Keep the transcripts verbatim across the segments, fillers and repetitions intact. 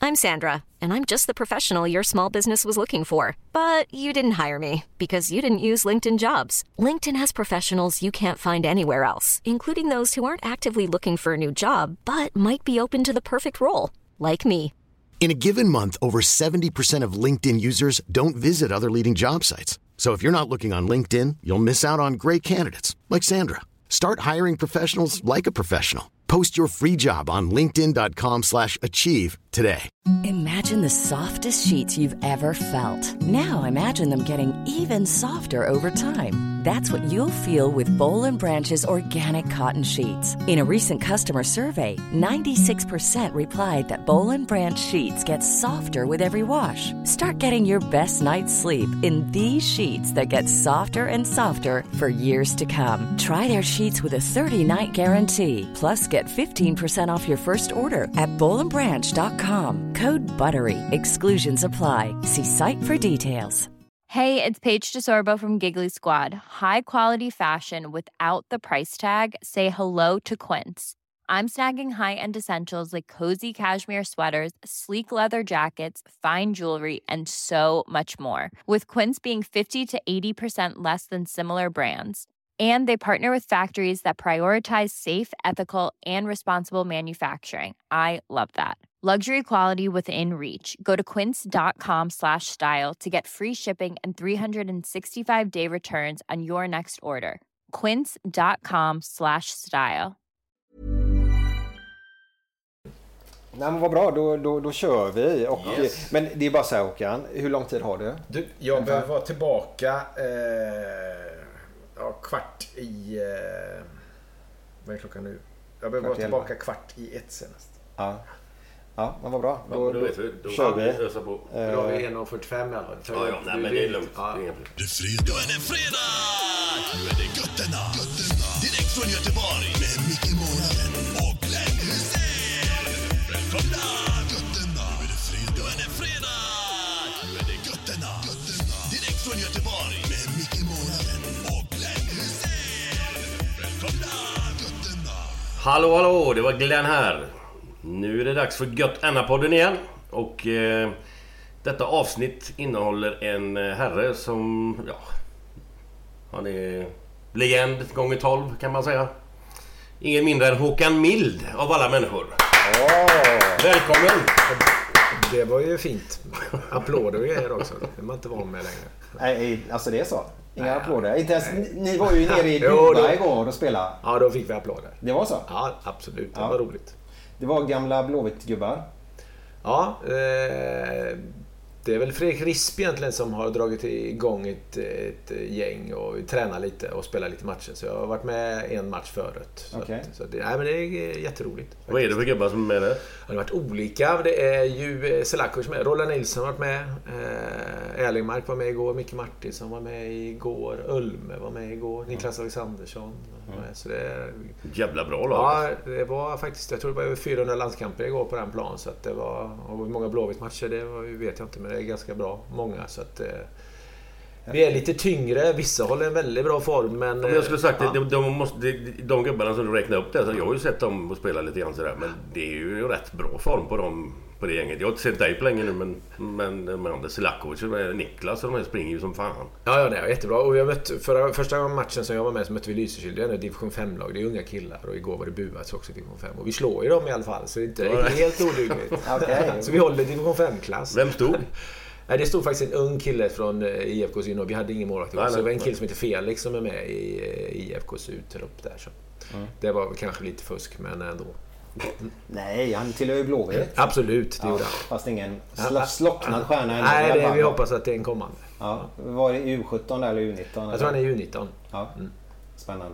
I'm Sandra, and I'm just the professional your small business was looking for. But you didn't hire me because you didn't use LinkedIn Jobs. LinkedIn has professionals you can't find anywhere else, including those who aren't actively looking for a new job, but might be open to the perfect role, like me. In a given month, over seventy percent of LinkedIn users don't visit other leading job sites. So if you're not looking on LinkedIn, you'll miss out on great candidates like Sandra. Start hiring professionals like a professional. Post your free job on linkedin dot com slash achieve today. Imagine the softest sheets you've ever felt. Now imagine them getting even softer over time. That's what you'll feel with Boll and Branch's organic cotton sheets. In a recent customer survey, ninety-six percent replied that Boll and Branch sheets get softer with every wash. Start getting your best night's sleep in these sheets that get softer and softer for years to come. Try their sheets with a thirty-night guarantee. Plus, get fifteen percent off your first order at boll and branch dot com. Code BUTTERY. Exclusions apply. See site for details. Hey, it's Paige DeSorbo from Giggly Squad. High quality fashion without the price tag. Say hello to Quince. I'm snagging high-end essentials like cozy cashmere sweaters, sleek leather jackets, fine jewelry, and so much more. With Quince being fifty to eighty percent less than similar brands. And they partner with factories that prioritize safe, ethical, and responsible manufacturing. I love that. Luxury quality within reach. Go to quince.com slash style to get free shipping and three sixty-five day returns on your next order. Quince.com slash style. Nej, men vad bra, då, då, då kör vi. Och, Yes. Men det är bara så här, Håkan, hur lång tid har du? Du, jag behöver vara tillbaka eh, ja, kvart i... Eh, vad är klockan nu? Jag behöver Kvart vara i tillbaka kvart i ett senast. Ja, ja men vad bra. Ja, Då, då, vet vi. Då kör vi. ösa på. Då har vi en fyrtiofem eller? Ja, ja, nej, men det är lugnt. Ja. Det är inga problem. Det är fredag. Nu är det fredag! Nu är det götterna. götterna. Direkt från Göteborg. Med Micke Månaden och Glenn Hysén. Välkomna! Götterna. Nu är det fredag. Nu är det fredag! Nu är det götterna. götterna. Direkt från Göteborg. Med Micke Månaden och Glenn Hysén. Välkomna! Götterna. Hallå, hallå, det var Glenn här. Nu är det dags för Gött Enna-podden igen. Och eh, detta avsnitt innehåller en herre som, ja, han är legend gånger tolv kan man säga. Ingen mindre än Håkan Mild av alla människor. Oh. Välkommen! Det var ju fint. Applåder och grejer också. Det är man inte van med längre. Nej, alltså det är så. Inga Nej, applåder. Inte ens, nej. ni var ju nere i Jo, Dubai då- igår och spelade. Ja, då fick vi applåder. Det var så? Ja, absolut. Det Ja. var roligt. Det var gamla Blåvitt-gubbar. Ja, eh, det är väl Fredrik Risp egentligen som har dragit igång ett, ett gäng och tränar lite och spelar lite matcher. Så jag har varit med en match förut. Så, Okej. att, så det, nej, men det är jätteroligt. Vad är det för gubbar som är med där? Det har varit olika. Det är ju Selakovic med. Roland Nilsson har varit med. Eh, Erlingmark var med igår. Micke Martinsson var med igår. Ulme var med igår. Niklas Alexandersson var med. Så det är... Jävla bra lag. Ja, det var faktiskt, jag tror det var över fyrahundra landskamper igår på den plan, så att det var, och hur många Blåvitt-matcher det var, vet jag inte, men det är ganska bra, många, så att eh, vi är lite tyngre, vissa håller en väldigt bra form, men... Om jag skulle sagt ja. det, de, de, måste, de, de gubbarna som du räknar upp där, så jag har ju sett dem spela lite grann sådär, men det är ju rätt bra form på dem, på det gänget. Jag har inte sett dig på länge nu, men, men, men Anders Selakovic och Niklas och de här springer ju som fan. Ja, ja, det är jättebra. Och vi har mött, förra, första matchen som jag var med så mötte vi Lysekil. Det är en division fem-lag, det är unga killar, och igår var det Buats också division fem. Och vi slår ju dem i alla fall, så det är inte Ja. helt odugligt. Okej. Så vi håller division fem-klass. Vem stod? Nej, det stod faktiskt en ung kille från I F K Syd. Vi hade ingen målvakt. Nej, Så det var en nej. kille som heter Felix som är med i I F K Syd upp där. Så. Mm. Det var kanske lite fusk, men ändå. Nej, han tillhör ju Blåvitt. Absolut, det Ja, gjorde han. fast ingen sl- slocknad stjärna ännu. Nej, i alla det, fall. vi hoppas att det är en kommande. Ja, var det U sjutton eller U nitton? Jag tror han är U nitton. Ja, Mm. spännande.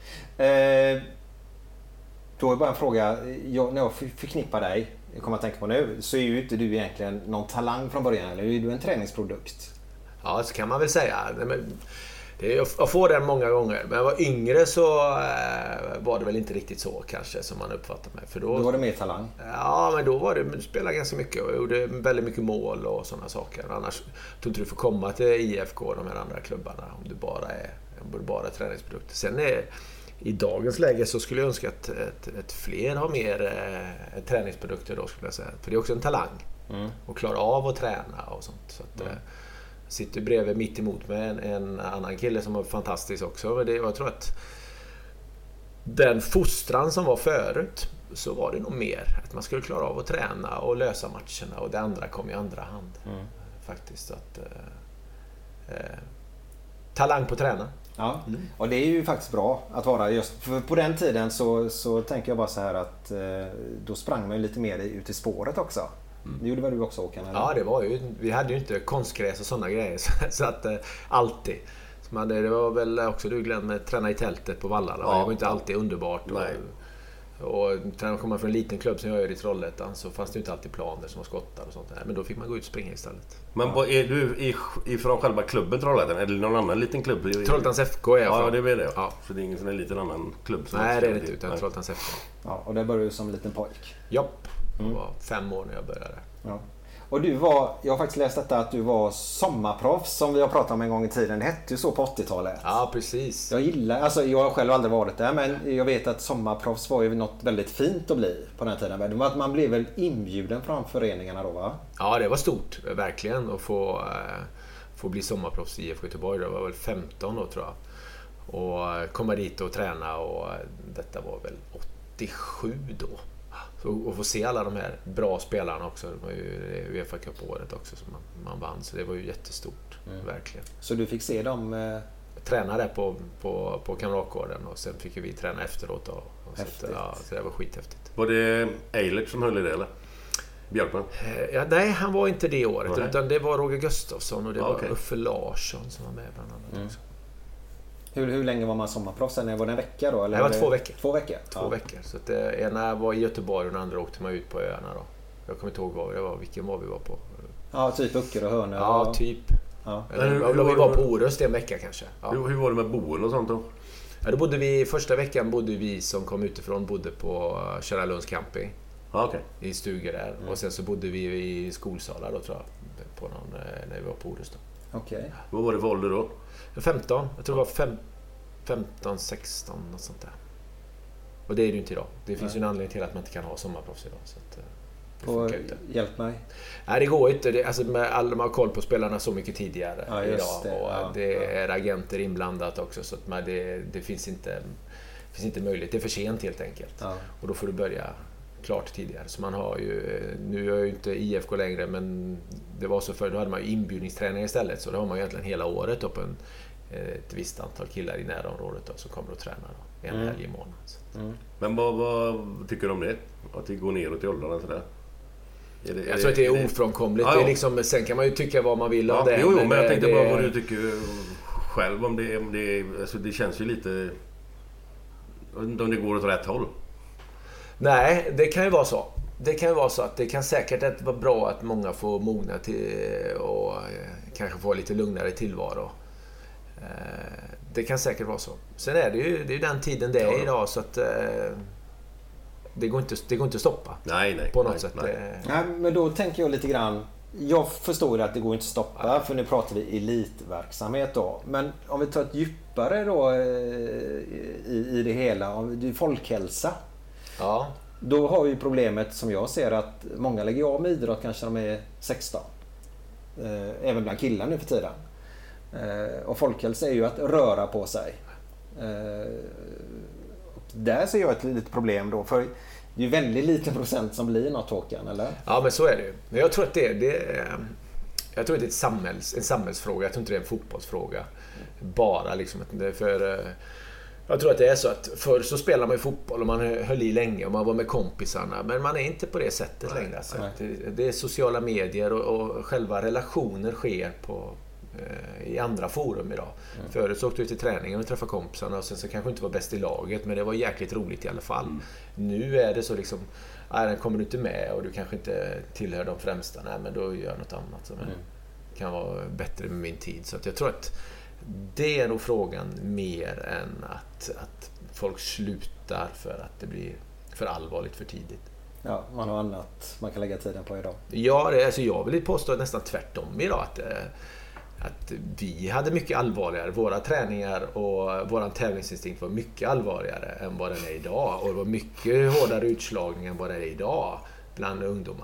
Eh, då är bara en fråga. Jag, när jag för- förknippar dig, jag kommer att tänka på nu, så är ju inte du egentligen någon talang från början, eller är du en träningsprodukt? Ja, så kan man väl säga. Nej, men det är, jag får den många gånger. Men när jag var yngre så eh, var det väl inte riktigt så kanske som man uppfattar mig. För då, Då var det mer talang. Ja, men då var det, du spelade ganska mycket och gjorde väldigt mycket mål och sådana saker. Annars tror inte du får komma till I F K och de här andra klubbarna om du bara är, om du bara är träningsprodukter. Sen är, i dagens läge så skulle jag önska att ett, ett fler har mer eh, träningsprodukter då, skulle jag säga. För det är också en talang. Mm. Och klara av att träna och sånt. Så att, mm. sitter bredvid mitt emot med en, en annan kille som var fantastisk också. Men det, jag tror att den fostran som var förut, så var det nog mer att man skulle klara av att träna och lösa matcherna, och det andra kom i andra hand. Mm. Faktiskt att eh, eh, talang på träna. Ja, mm. och det är ju faktiskt bra att vara just, för på den tiden så, så tänker jag bara så här att eh, då sprang man ju lite mer ut i spåret också. Mm. Det gjorde väl du också, Håkan? Eller? Ja, det var ju, vi hade ju inte konstgräs och sådana grejer så, så att eh, alltid. Så man, det var väl också du Glenn med träna i tältet på Vallarna. Ja, det var inte alltid underbart. Och, och när man kommer från en liten klubb som jag gör i Trollhättan, så fanns det ju inte alltid planer som var skottar och sånt där. Men då fick man gå ut och springa istället. Men ja. Är du ifrån själva klubben Trollhättan? Eller någon annan liten klubb? Trollhättans F K är jag från. Ja, det är det. Ja. Så det är ingen sån här liten annan klubb? Som Nej, det är det inte, utan Trollhättans F K. Ja, och det började du som liten pojk? Japp, jag var mm. fem år när jag började. Ja. Och du var, jag har faktiskt läst detta att du var sommarproffs som vi har pratat om en gång i tiden. Det hette ju så på åttiotalet. Ja, precis. Jag gillar, alltså jag har själv aldrig varit där, men jag vet att sommarproffs var ju något väldigt fint att bli på den tiden. Man blev väl inbjuden från föreningarna då, va? Ja, det var stort, verkligen, att få, få bli sommarproffs i I F K Göteborg. Det var väl femton då, tror jag. Och komma dit och träna, och detta var väl åttiosju då. Och få se alla de här bra spelarna också. Det var ju UEFA Cup-året också som man, man vann. Så det var ju jättestort, mm. verkligen. Så du fick se dem? Eh... Träna där på, på, på Kamratgården, och sen fick vi träna efteråt. Och, och så, ja, så det var skithäftigt. Var det Eilert som höll i det, eller? Björkman? Ja, nej, han var inte det året. Nej. Utan det var Roger Gustafsson och det ja, var okay. Uffe Larsson som var med bland annat mm. också. Hur, hur länge var man sommarproffs? Var det en vecka då? Eller det var två veckor. Två veckor? Två ja. veckor. Så att det, ena var i Göteborg och den andra åkte man ut på öarna då. Jag kommer inte ihåg vad det var, vilken var vi var på. Ja, typ Ucker och Hörne. Ja, och... typ. Ja. Eller, hur, hur, vi var på Orust en vecka kanske. Ja. Hur, hur var det med boen och sånt då? Ja, då bodde vi, första veckan bodde vi som kom utifrån bodde på Kärralunds camping. Ja, okay. I stugor där. Mm. Och sen så bodde vi i skolsalar då, tror jag. På någon, när vi var på Orust då. Okej. Okay. Vad var det för ålder då? femton. Jag tror det var fem, femton, sexton och sånt där. Och det är det ju inte idag. Det finns ju en anledning till att man inte kan ha sommarproffs idag. Så att, det funkar inte. Hjälp mig. Nej, det går inte. Det, alltså, med alla, man har koll på spelarna så mycket tidigare ja, idag. Det, och ja, det är agenter inblandat också. Så att man, det, det finns inte, finns inte möjlighet. Det är för sent helt enkelt. Ja. Och då får du börja klart tidigare. Så man har ju, nu är jag ju inte I F K längre, men det var så förr. Då hade man ju inbjudningsträning istället. Så då har man ju egentligen hela året då på en ett visst antal killar i närområdet då, som kommer att träna då, en mm. helg i månaden. Mm. Men vad, vad tycker du om det? Att det går neråt i åldrarna sådär? Är det, jag är tror det, att det är ofrånkomligt. Ja, ja. Det är liksom, sen kan man ju tycka vad man vill om ja, det. Jo, men, men jag tänkte det, bara vad du tycker själv om det. Om det, alltså det känns ju lite... Om det går åt rätt håll. Nej, det kan ju vara så. Det kan ju vara så att det kan säkert vara bra att många får mogna till och kanske få lite lugnare tillvaro. Det kan säkert vara så. Sen är det ju, det är ju den tiden det är ja. idag, så att det går inte, det går inte att stoppa. Nej, nej. På något nej, sätt. Nej. Nej, men då tänker jag lite grann, jag förstår att det går inte att stoppa, ja. för nu pratar vi elitverksamhet då. Men om vi tar ett djupare då i, i det hela, om det är folkhälsa. Ja. Då har vi problemet som jag ser att många lägger av med idrott kanske de är sexton. Även bland killar nu för tiden. Och folkhälsa är ju att röra på sig. Där ser jag ett litet problem då, för det är ju väldigt liten procent som blir något, Håkan, eller? Ja, men så är det ju. Men jag tror att det är, det är, jag tror att det är ett samhälls, en samhällsfråga. Jag tror inte det är en fotbollsfråga. Bara liksom, för jag tror att det är så att förr så spelar man ju fotboll och man höll i länge och man var med kompisarna, men man är inte på det sättet nej, längre. Så det, det är sociala medier och, och själva relationer sker på i andra forum idag. Mm. Förut så åkte vi till träningen och träffade kompisarna och sen så kanske inte var bäst i laget, men det var jäkligt roligt i alla fall. Mm. Nu är det så liksom, nej, den kommer du inte med och du kanske inte tillhör de främsta, nej, men då gör jag något annat som mm. kan vara bättre med min tid. Så att jag tror att det är nog frågan mer än att, att folk slutar för att det blir för allvarligt för tidigt. Ja, man har annat man kan lägga tiden på idag. Ja, det, alltså jag vill påstå nästan tvärtom idag, att att vi hade mycket allvarligare. Våra träningar och våran tävlingsinstinkt var mycket allvarligare än vad den är idag. Och det var mycket hårdare utslagning än vad det är idag bland ungdomar.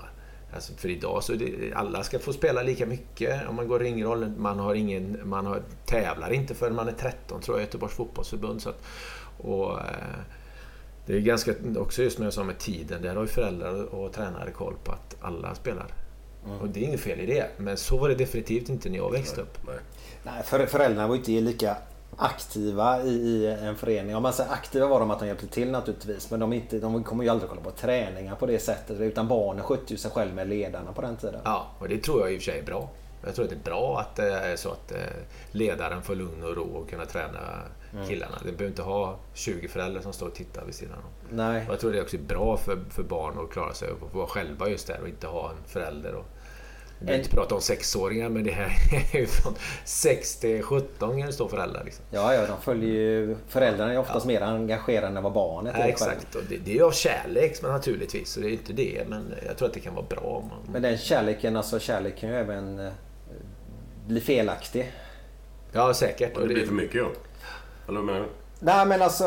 Alltså för idag så det, alla ska få spela lika mycket om man går ringrollen. Man har ingen, man har, tävlar inte förrän man är tretton tror jag, Göteborgs fotbollsförbund. Så att, och, eh, det är ganska, också just när jag sa med tiden, där har ju föräldrar och tränare koll på att alla spelar. Mm. Och det är inget fel i det, men så var det definitivt inte när jag växte upp. Nej, Nej för, föräldrarna var inte lika aktiva i, i en förening. Om man säger aktiva var de att de hjälpte till naturligtvis, men de, inte, de kommer ju aldrig kolla på träningar på det sättet, utan barnen skötte ju sig själv med ledarna på den tiden. Ja, och det tror jag i och för sig är bra. Jag tror att det är bra att det är så att ledaren får lugn och ro och kunna träna killarna. Det behöver inte ha tjugo föräldrar som står och tittar vid sidan om. Nej. Och jag tror det är också bra för, för barn att klara sig och vara själva just där och inte ha en förälder. Och, vi behöver inte prata om sexåringar, men det här är ju från sex till sjutton står föräldrar. Liksom. Ja, ja, de följer ju, föräldrarna är oftast ja. mer engagerade än vad barnet är. Ja, exakt, och det, det är av kärlek men naturligtvis, så det är inte det, men jag tror att det kan vara bra. Om man... Men den kärleken, alltså kärlek kan ju även eh, bli felaktig. Ja, säkert. Och det blir för mycket, ja. Eller men... Nej, men alltså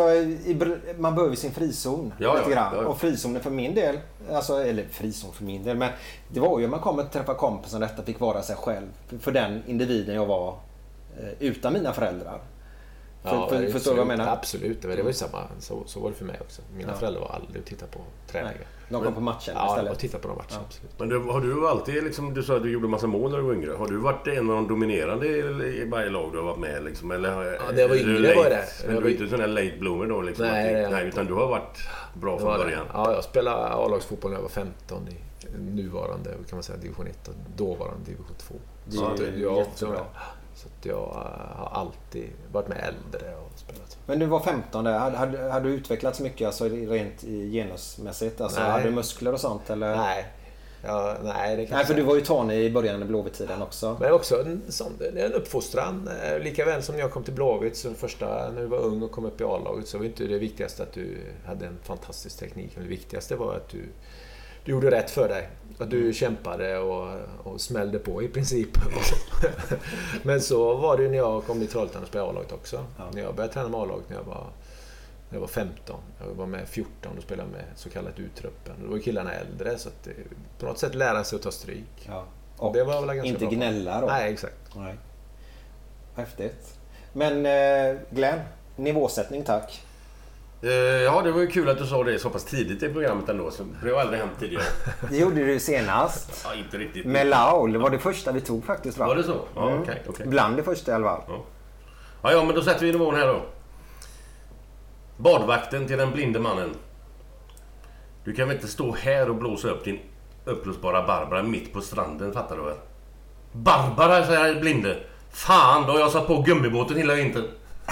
man behöver sin frizon ja, lite grann. Ja, ja. Och frizonen för min del, alltså, eller frizon för min del, men det var ju när man kom och träffa kompisen, detta fick vara sig själv. För den individen jag var eh, utan mina föräldrar. För, ja, för, förstår du vad jag menar? Absolut, det var ju samma. Så, så var det för mig också. Mina ja. föräldrar var aldrig att titta på träningar. Nej, de kom på matchen ja, istället. Ja, och titta på de matcherna, ja. absolut. Men du, har du alltid, liksom, du sa att du gjorde massa mål när du var yngre. Har du varit en av de dominerande i varje lag du har varit med? Liksom? Eller, ja, det var yngre late, var det. Men du är inte sån här late bloomer då? Liksom, nej, att, nej, utan du har varit bra från början. Ja, jag spelade A-lagsfotboll när jag var femton i nuvarande, kan man säga, division ett och dåvarande division två. Det så är jag, jättebra. Så att jag har alltid varit med äldre och spelat. Men du var femton där. Hade, hade, hade du utvecklats mycket alltså rent genusmässigt? Alltså, hade du muskler och sånt? Eller? Nej. Ja, nej, det kan nej, för du var ju tanig i början av Blåvitt-tiden också. Men också en, sån, en uppfostran. Lika väl som när jag kom till Blåvitt, så första, när du var ung och kom upp i A-laget, så var inte det viktigaste att du hade en fantastisk teknik. Det viktigaste var att du, du gjorde rätt för dig. Att du mm. kämpade och, och smällde på i princip. Men så var det när jag kom till Trollhättan och spelade A-laget också. Ja. När jag började träna med A-laget när jag var när jag var femton. Jag var med fjorton och spelade med så kallat uttruppen. Då var killarna äldre, så att det, på något sätt lära sig att ta stryk. Ja. Och, och det var väl ganska inte bra. Gnälla då? Nej, exakt. Nej. Häftigt. Men eh, Glenn, nivåsättning tack. Uh, ja, det var ju kul att du sa det så pass tidigt i programmet ändå. Så det har aldrig hänt tidigare. Det gjorde du senast. Ja, inte riktigt. Med Laul var det första vi tog faktiskt. Va? Var det så? Ja, mm. okej. Okay, okay. Bland det första i alla fall. Ja. Ja, ja, men då sätter vi nivån här då. Badvakten till den blinde mannen. Du kan väl inte stå här och blåsa upp din upplösbara Barbara mitt på stranden, fattar du väl? Barbara, säger jag blinde. Fan, då har jag satt på gummibåten hela vintern.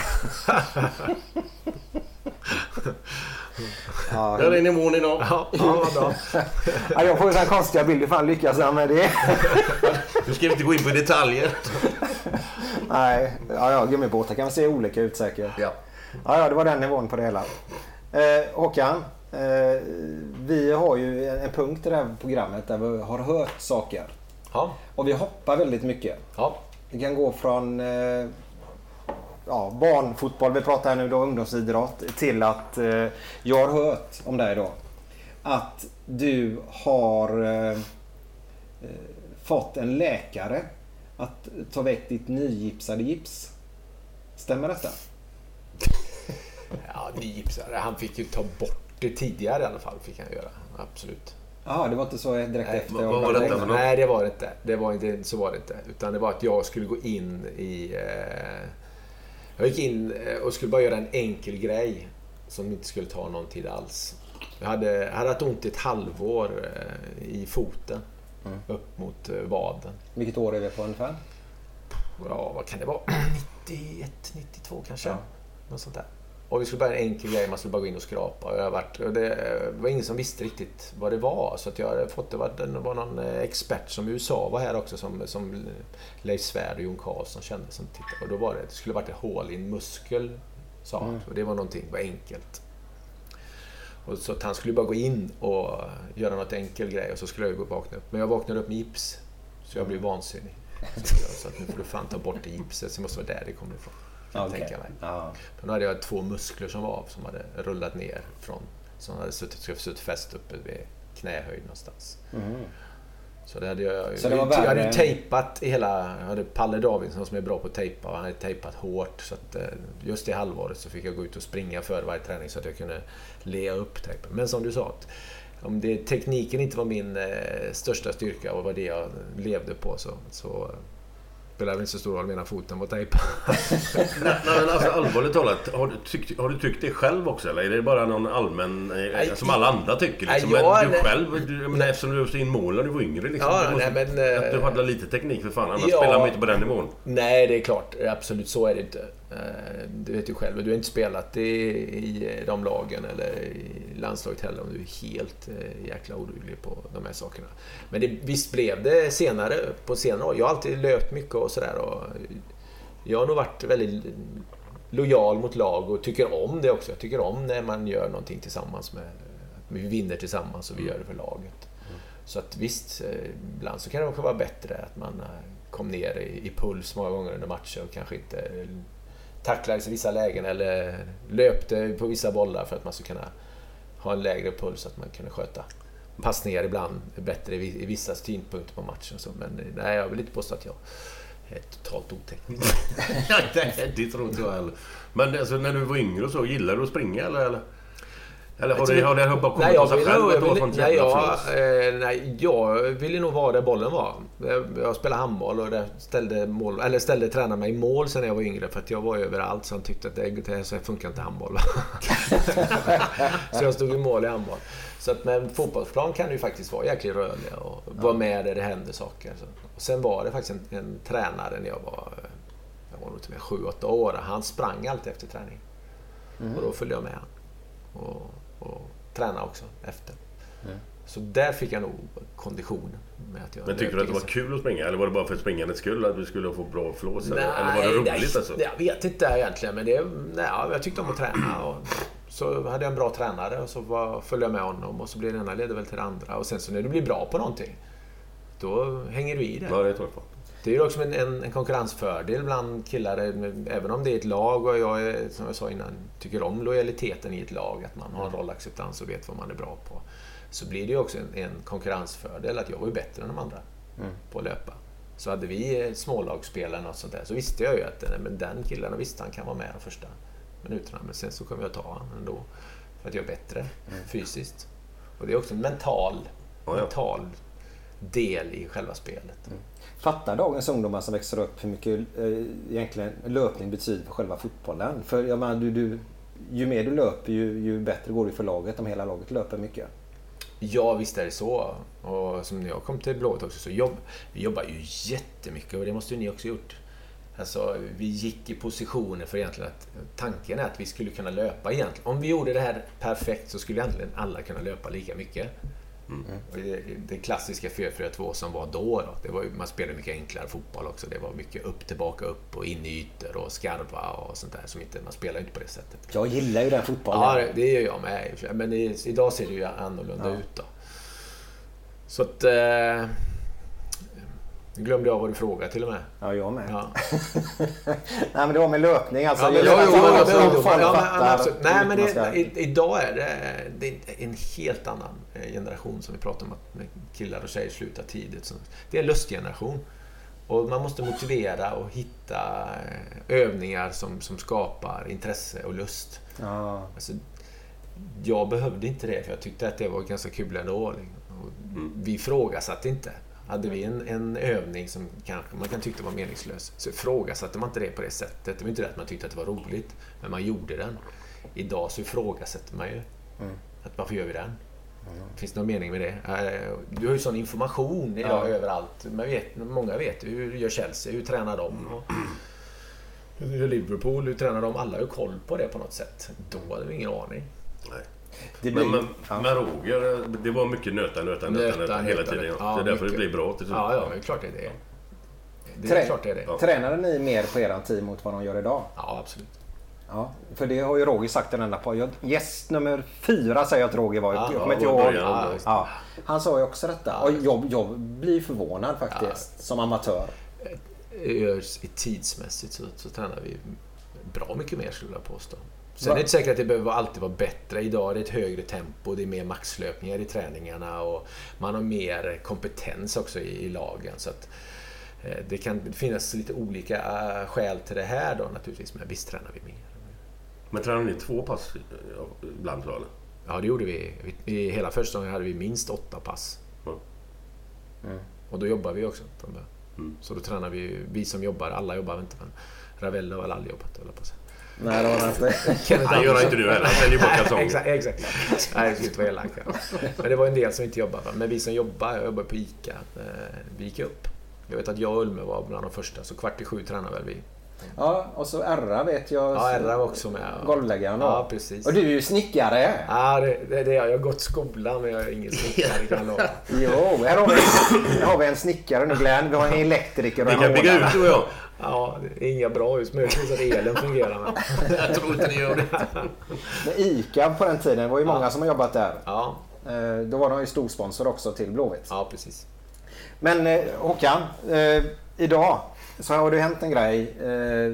Ja, där är nivån idag. Ja, ja, bra. Ja, jag får ju sån konstiga bilder, fan lyckas jag med det. Du ska inte gå in på detaljer. Nej, ja, ja, gummibåtar kan man se olika ut säkert. Ja. Ja, ja, det var den nivån på det hela. Eh, Håkan, eh, vi har ju en punkt i det här programmet där vi har hört saker. Ja. Och vi hoppar väldigt mycket. Ja. Det kan gå från eh, ja, barnfotboll, vi pratar här nu då, ungdomsidrott, till att eh, jag har hört om dig då att du har eh, fått en läkare att ta väck ditt nygipsade gips. Stämmer detta? Ja, nygipsade. Han fick ju ta bort det tidigare i alla fall, fick han göra. Absolut. Ja, det var inte så direkt Nej, efter. Vad var detta för något? Nej, det var det inte. Det var inte. Så var det inte. Utan det var att jag skulle gå in i... Eh, jag gick in och skulle bara göra en enkel grej som inte skulle ta någon tid alls. Jag hade, hade haft ont i ett halvår eh, i foten. Mm. Upp mot eh, vaden. Vilket år är vi på ungefär? Ja, vad kan det vara? nittioett, nittiotvå kanske. Ja. Något sånt där. Och vi skulle bara en enkel grej, man skulle bara gå in och skrapa. Och jag varit, och det var ingen som visste riktigt vad det var. Så att jag hade fått det, var, det var någon expert som i U S A var här också, som, som Leif Svärd och Jon Karlsson kände som tittade. Och då var det, det skulle varit ett hål i en muskel, sa mm. Och det var någonting, det var enkelt. Och så att han skulle bara gå in och göra något enkel grej och så skulle jag gå och vakna upp. Men jag vaknade upp med gips, så jag blev vansinnig. Så att nu får du fan ta bort det gipset, så det måste vara där det kommer ifrån. Okay. Tänka mig. Ja. Men då hade jag två muskler som var av, som hade rullat ner från, som hade suttit, suttit fäst uppe vid knähöjd någonstans. Mm. Så det hade jag, så det var jag, jag hade värre... tejpat i hela, jag hade Palle Davidsson som är bra på att tejpa och han hade tejpat hårt så att just i halvåret så fick jag gå ut och springa för varje träning så att jag kunde lea upp tejpen. Men som du sa, om det, tekniken inte var min eh, största styrka och var det jag levde på så, så spelar det inte så stor roll mina foten var tejpa. nej, nej, men alltså allvarligt talat, har du, tyckt, har du tyckt det själv också eller är det bara någon allmän eh, som alla andra tycker liksom? Nej, jag, men du själv, du, men eftersom du var in mål när du var yngre liksom, ja, du måste, nej, men, att du hade lite teknik för fan, annars ja, spelar man inte på den nivån. Nej, det är klart, absolut så är det inte. Du vet ju själv, du har inte spelat i, i de lagen eller i landslaget heller om du är helt eh, jäkla oduglig på de här sakerna. Men det, visst blev det senare, på senare år. Jag har alltid löpt mycket och sådär. Och jag har nog varit väldigt lojal mot lag och tycker om det också. Jag tycker om när man gör någonting tillsammans med, vi vinner tillsammans och vi gör det för laget. Mm. Så att visst, ibland så kan det också vara bättre att man kom ner i, i puls många gånger under matcher och kanske inte tacklades i vissa lägen eller löpte på vissa bollar för att man skulle kunna ha en lägre puls, att man kunde sköta passningar ibland bättre i vissa tidpunkter på matchen. Så, men nej, jag vill inte påstå att jag är totalt oteknisk. Det tror inte jag heller. Men alltså, när du var yngre och så, gillar du att springa eller? eller? Eller har det, har det bara kommit nej, jag på sig själv? Vill, vill, nej, jag, eh, nej, jag ville nog vara där bollen var. Jag, jag spelade handboll och där ställde, mål, eller ställde tränaren mig i mål sen jag var yngre för att jag var överallt så han tyckte att det, det så funkar inte handboll. Så jag stod i mål i handboll. Så att med fotbollsplan kan du ju faktiskt vara jäkligt rörlig och ja. vara med där det händer saker. Så. Och sen var det faktiskt en, en tränare när jag var, jag var nog till sju åtta år. Han sprang alltid efter träning. Mm. Och då följde jag med han. Och och träna också efter. Mm. Så där fick jag nog konditionen med att jag. Men tycker du att det var kul att springa eller var det bara för springandets skull att du skulle få bra flås eller, eller var det roligt nej, alltså? Jag vet inte egentligen men det nej, jag tyckte om att träna och så hade jag en bra tränare och så var, följde jag med honom och så blev det ena ledde väl till det andra och sen så när du blir bra på någonting då hänger du i det. Ja, det tror jag på. Det är ju också en, en, en konkurrensfördel bland killar, även om det är ett lag och jag är, som jag sa innan, tycker om lojaliteten i ett lag, att man har en rollacceptans och vet vad man är bra på. Så blir det ju också en, en konkurrensfördel att jag var ju bättre än de andra mm. på att löpa. Så hade vi smålagsspelare och sånt där så visste jag ju att nej, men den killen visste han kan vara med de första minuterna, men sen så kommer jag ta han ändå för att jag är bättre mm. fysiskt. Och det är också en mental, ja, ja. mental del i själva spelet. Mm. Fattar dagens ungdomar som växer upp hur mycket eh, egentligen löpning betyder för själva fotbollen? För jag menar, du, du, ju mer du löper ju, ju bättre går det för laget om hela laget löper mycket. Ja, visst är det så. Och som när jag kom till Blåvitt också så jobb, vi jobbar ju jättemycket och det måste ju ni också gjort. Alltså, vi gick i positioner för egentligen att tanken är att vi skulle kunna löpa egentligen. Om vi gjorde det här perfekt så skulle egentligen alla kunna löpa lika mycket. Mm. Det, det klassiska fyra fyra två som var då, då det var, man spelade mycket enklare fotboll också. Det var mycket upp, tillbaka, upp och in i ytor och skarva och sånt där som inte, man spelar inte på det sättet. Jag gillar ju den fotbollen. Ja, det gör jag med. Men det, idag ser det ju annorlunda ja. ut då. Så att eh, glömde jag vad du frågade till och med. Ja, jag med. Ja. Nej, men det var med löpning alltså. Ja, men, ja, jo, men, alltså, ja, ja, men, nej, men det, ska... i, idag är det, det är en helt annan generation som vi pratar om att killar och tjejer slutar tidigt. Det är en lustgeneration. Och man måste motivera och hitta övningar som, som skapar intresse och lust. Ja. Alltså, jag behövde inte det för jag tyckte att det var ganska kul ändå. Vi frågasatte inte. Hade vi en, en övning som kanske man kan tycka var meningslös så ifrågasatte man inte det på det sättet. Det var inte det att man tyckte att det var roligt, men man gjorde den. Idag så ifrågasätter man ju mm. att varför gör vi den? Mm. Finns det någon mening med det? Du har ju sån information idag ja. överallt. Man vet, många vet hur gör Chelsea, hur tränar de? Och hur gör Liverpool, hur tränar de? Alla har ju koll på det på något sätt. Då hade vi ingen aning. Nej. Det blir, men men, men Roger, det var mycket nöta, nöta, nöta, nöta hela tiden. Ja, det är därför mycket. Det blir bra till slut. Ja, ja, det är klart det är det. Det är Trä, klart det är det. Ja. Tränade ni mer på eran tid mot vad de gör idag? Ja, absolut. Ja, för det har ju Roger sagt den enda på. Gäst nummer fyra säger jag att Roger var. Ja, jag kommer inte ihåg. Ja, ja. Han sa ju också detta. Och jag, jag blir förvånad faktiskt ja. som amatör. I tidsmässigt så, så tränar vi bra mycket mer skulle jag påstå. Sen är det inte säkert att det behöver alltid vara bättre. Idag är det ett högre tempo, det är mer maxlöpningar i träningarna och man har mer kompetens också i, i lagen. Så att eh, det kan finnas lite olika äh, skäl till det här då naturligtvis, men visst tränar vi mer. Men tränar ni två pass ibland tror jag? Ja, det gjorde vi. I hela första gången hade vi minst åtta pass. Mm. Mm. Och då jobbar vi också. Mm. Så då tränar vi, vi som jobbar, alla jobbar inte, men Ravello har väl aldrig jobbat, eller på sig. Nej, det var inte. Det gör inte du heller. Han är bara kalsonger. Exakt, exakt. Nej, det skulle inte vara elak. Men det var en del som inte jobbade. Men vi som jobbar, jag jobbar på ICA, vi gick upp. Jag vet att jag och Ulme var bland de första, så kvart i sju tränade väl vi. Ja, och så Erra vet jag. Ja, Erra var också med. Golvläggaren då. Ja, precis. Och du är ju snickare. Ja, det, det, det, jag har gått skolan, men jag är ingen snickare, kan jag lova. Jo, här har, vi, här har vi en snickare nu, Glenn. Vi har en elektriker och vi en kan bygga ut, du och jag. Ja, det är inga bra hus, möjligtvis att elen fungerar. Men. Jag tror inte det gör det. Men ICA på den tiden var ju många ja. som har jobbat där. Ja. Då var de ju storsponsor också till Blåvitt. Ja, precis. Men eh, Håkan, eh, idag så har det hänt en grej. Eh,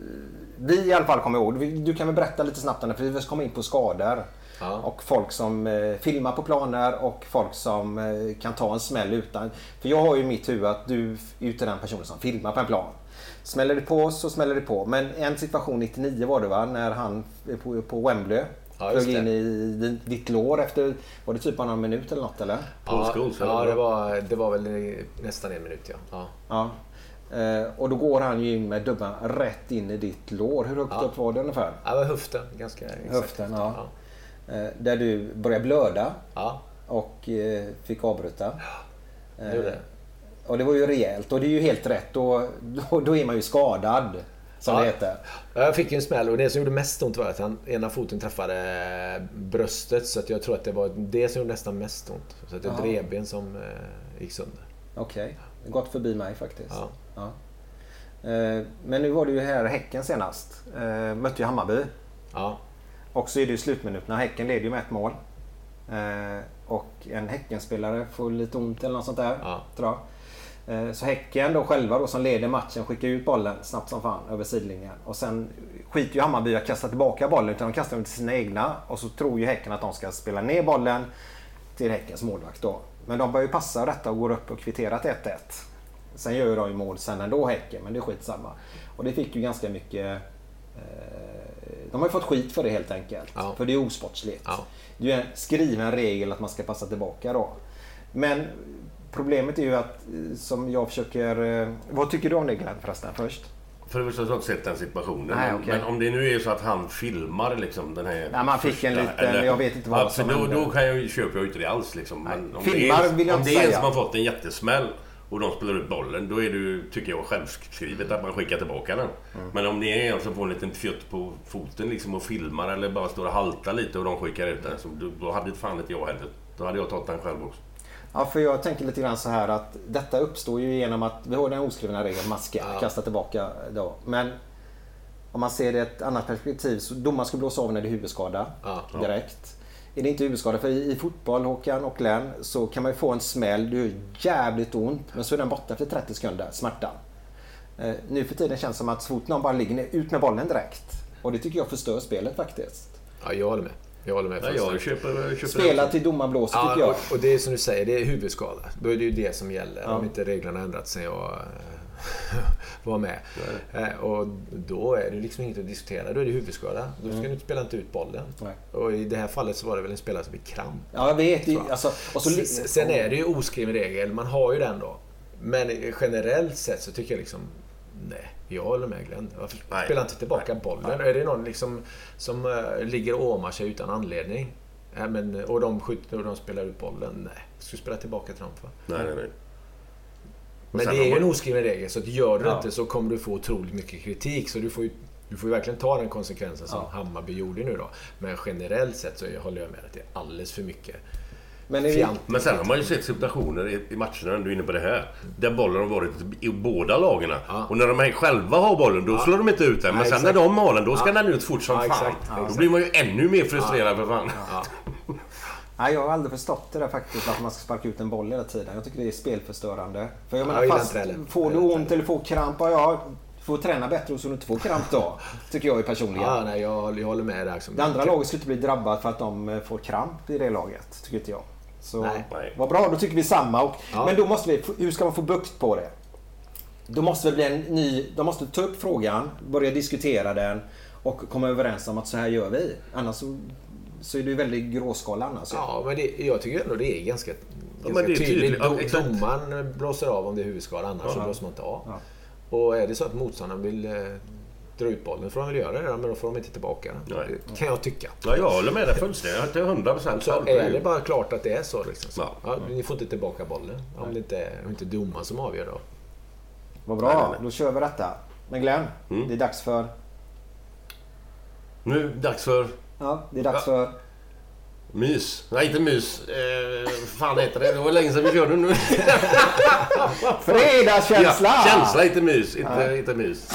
vi i alla fall kommer ihåg. Du kan väl berätta lite snabbt om det, för vi ska komma in på skador. Ja. Och folk som eh, filmar på planer och folk som eh, kan ta en smäll utan. För jag har ju i mitt huvud att du är inte den personen som filmar på en plan. Smäller det på så smäller det på. Men en situation nittionio var det, va? När han på, på Wembley ja, flög in i ditt lår efter, var det typ bara någon minut eller något eller? Ja, ja det, var, det var väl nästan en minut, ja. ja. ja. Eh, och då går han ju in med dubban rätt in i ditt lår. Hur högt ja. upp var det ungefär? Ja, det var höften. Ganska exakt. Höften, ja. ja. Eh, där du började blöda ja. och eh, fick avbryta. Ja, det gjorde det. Och det var ju rejält och det är ju helt rätt. Då, då, då är man ju skadad, som ja. det heter. Jag fick ju en smäll och det som gjorde mest ont var att han, ena foten träffade bröstet. Så att jag tror att det var det som gjorde nästan mest ont. Så att det var revben som eh, gick sönder. Okej, okay. Det gått förbi mig faktiskt. Ja. Ja. Eh, men nu var det ju här Häcken senast. Eh, mötte ju Hammarby. Ja. Och så är det ju slutminuterna. Häcken leder ju med ett mål. Eh, och en Häckenspelare får lite ont eller något sånt där. Ja. Tror jag. Så Häcken då själva då som leder matchen skickar ut bollen snabbt som fan över sidlinjen. Och sen skiter ju Hammarby att kasta tillbaka bollen, utan de kastar den till sina egna. Och så tror ju Häcken att de ska spela ner bollen till Häckens målvakt då. Men de börjar ju passa detta och går upp och kvitterar till ett ett. Sen gör de ju mål sen ändå Häcken, men det är skitsamma. Och det fick ju ganska mycket... Eh, de har ju fått skit för det helt enkelt. Ja. För det är osportsligt. Ja. Det är ju en skriven regel att man ska passa tillbaka då. Men... Problemet är ju att, som jag försöker... Vad tycker du om det, Glenn, förresten, först? För det första har jag inte sett den situationen. Nej, okay. Men om det nu är så att han filmar liksom den här... Ja, man fick första, en liten... eller, jag vet inte vad ja, som då, hände. då kan jag, köper jag inte det alls. Liksom. Men om filmar det är, vill jag om inte det är säga. en som har fått en jättesmäll och de spelar ut bollen, då är det ju, tycker jag, självskrivet att man skickar tillbaka den. Mm. Men om det är en som får en liten fjutt på foten liksom, och filmar eller bara står och haltar lite och de skickar ut den, så då, då hade det fan inte jag heller. Då hade jag tagit den själv också. Ja, för jag tänker lite grann så här att detta uppstår ju genom att vi har den oskrivna regeln, man ska ja. kasta tillbaka då. Men om man ser det i ett annat perspektiv så domaren ska blåsa av när det är huvudskada ja. direkt. Är det inte huvudskada, för i, i fotboll, Håkan och Glenn, så kan man ju få en smäll, det gör jävligt ont, men så är den borta efter trettio sekunder, smärtan. Eh, nu för tiden känns det som att så fort någon bara ligger ner, ut med bollen direkt. Och det tycker jag förstör spelet faktiskt. Ja, jag håller med. Jag håller med. Ja, jag köper, köper Spela till domaren blåser, ja, tycker jag. Och, och det är som du säger, det är huvudskada. Då är det ju det som gäller. Ja. Om inte reglerna ändrats sen jag var med. Eh, och då är det liksom inget att diskutera. Då är det huvudskada. Då ska mm. du inte spela inte ut bollen. Nej. Och i det här fallet så var det väl en spelare som blev kramp. Ja, jag vet. Ju, alltså, och så, sen är det ju oskriven regel. Man har ju den då. Men generellt sett så tycker jag liksom nej, jag håller med Glenn. Varför nej, spelar inte tillbaka nej, bollen? Nej. Är det någon liksom som uh, ligger och åmar sig utan anledning? Ja, men, och de skjuter och de spelar ut bollen? Nej, ska spela tillbaka till dem för. Nej, nej, nej. Men det är ju en oskriven regel, så att gör du ja. inte så kommer du få otroligt mycket kritik. Så du får ju, du får ju verkligen ta den konsekvensen som ja. Hammarby gjorde nu då. Men generellt sett så håller jag med att det är alldeles för mycket. Men, vi... Men sen har man ju sett situationer i, i matcherna, du är inne på det här, där bollen har varit i båda lagen. Ja. Och när de själva har bollen, då ja. slår de inte ut den. Men ja, sen när de har den, då ska ja. den ut fort som ja, fan. Ja, då blir man ju ännu mer frustrerad ja. för fan. Ja. Nej, jag har aldrig förstått det där faktiskt, att man ska sparka ut en boll hela tiden. Jag tycker det är spelförstörande. För jag menar, ja, fast får du ont eller får kramp, ja, Du får träna bättre så du inte får kramp då. Tycker jag är personligen. Ja, nej, jag, jag håller med där. Det andra laget skulle inte bli drabbat för att de får kramp i det laget, tycker inte jag. Så nej. vad bra, då tycker vi samma. Och, ja. Men då måste vi, hur ska man få bukt på det? Då måste det bli en ny, de måste ta upp frågan, börja diskutera den och komma överens om att så här gör vi. Annars så, så är det ju väldigt gråskala annars. Ja, men det, jag tycker ändå det är ganska, ja, ganska det är tydligt. tydligt. Dom, domaren blåser av om det är huvudskada, annars ja. så blåser man inte av. Ja. Och är det så att motståndaren vill eh, dra ut bollen får de väl göra det, men då får de inte tillbaka den. Det kan jag tycka. Ja, jag håller med dig fullständigt. Det är hundra procent. Så är det bara klart att det är så. Liksom. så. Ja. Ja, ni får inte tillbaka bollen. Om det inte är inte domaren som avgör då. Vad bra, nej, nej, nej. Då kör vi detta. Men Glenn, mm. det är dags för... Nu, dags för... Ja, det är dags ja. för... Mys. Nej, inte mys. Eh, fan heter det? Det var länge sedan vi körde nu. Fredagskänsla! Ja, känsla, inte mys. Inte, inte mys.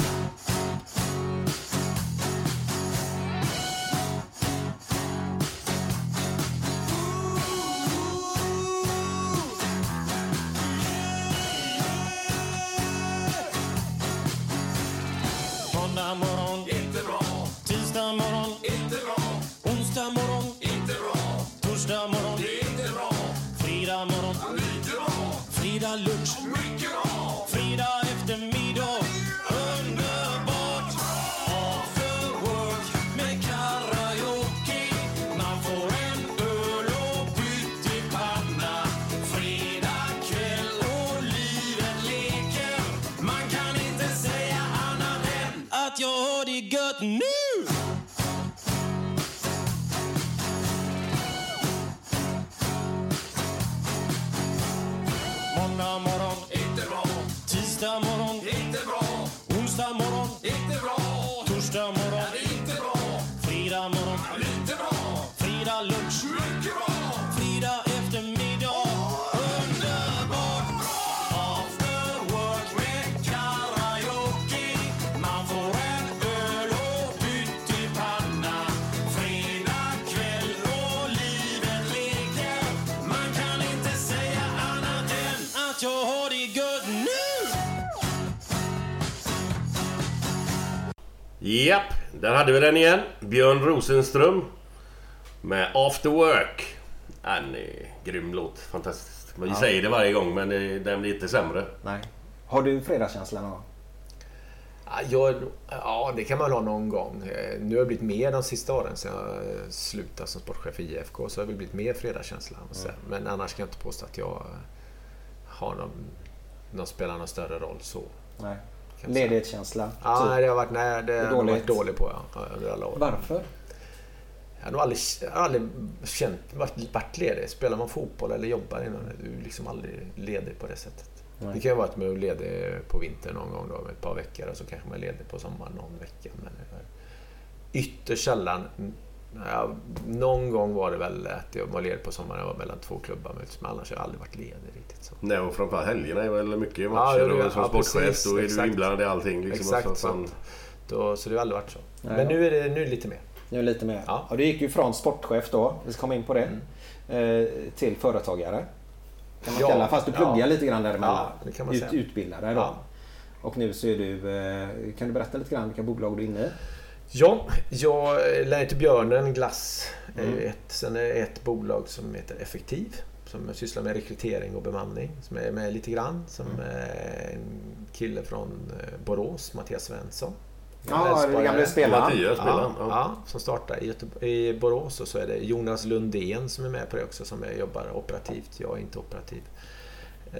Japp, där hade vi den igen. Björn Rosenström med After Work. En grym låt, fantastiskt. Vi ja. säger det varje gång, men det, den blir inte sämre. Nej. Har du fredagskänslan då? Ja, jag, ja, det kan man ha någon gång. Nu har jag blivit mer de sista åren sedan jag slutade som sportchef i I F K, så har jag blivit mer fredagskänsla. Mm. Men annars kan jag inte påstå att jag har någon, någon spelar någon större roll så. Nej. Ledighetskänsla? Ja, typ. det har varit, nej, det har jag varit dålig på. Ja, under alla år. Varför? Jag har nog aldrig, aldrig känt, varit, varit ledig. Spelar man fotboll eller jobbar innan, du är liksom aldrig ledig på det sättet. Nej. Det kan ju vara att man är ledig på vintern någon gång då, med ett par veckor, och så kanske man är ledig på sommaren någon vecka. Men ytterst sällan. Ja, någon gång var det väl att jag var ledig på sommaren, jag var mellan två klubbar, men annars har jag aldrig varit ledig riktigt så. Nej, och framförallt helgerna är väl mycket matcher, ja, och som ja, sportchef precis, då är exakt. Du inblandad i allting liksom. Exakt, så, fan... då, så det har aldrig varit så. Nej, men nu är det nu är det lite mer. Nu är det lite mer. Ja. Och du gick ju från sportchef då, vi ska komma in på det, mm. eh, till företagare. Kan man ja, kalla, fast du pluggar ja. lite grann däremellan. Ja, det kan man säga. Ut, utbildare då. Ja. Och nu så är du, eh, kan du berätta lite grann vilka bolag du är inne i? Ja, jag lär till Björnen Glass. Mm. Ett, sen är det ett bolag som heter Effektiv, som sysslar med rekrytering och bemanning, som är med lite grann, som mm. en kille från Borås, Mattias Svensson. Ja, det gamla spelaren. Ja, ja, ja, som startar i, Göte- i Borås, och så är det Jonas Lundén som är med på det också, som är, jobbar operativt, jag är inte operativ. Eh,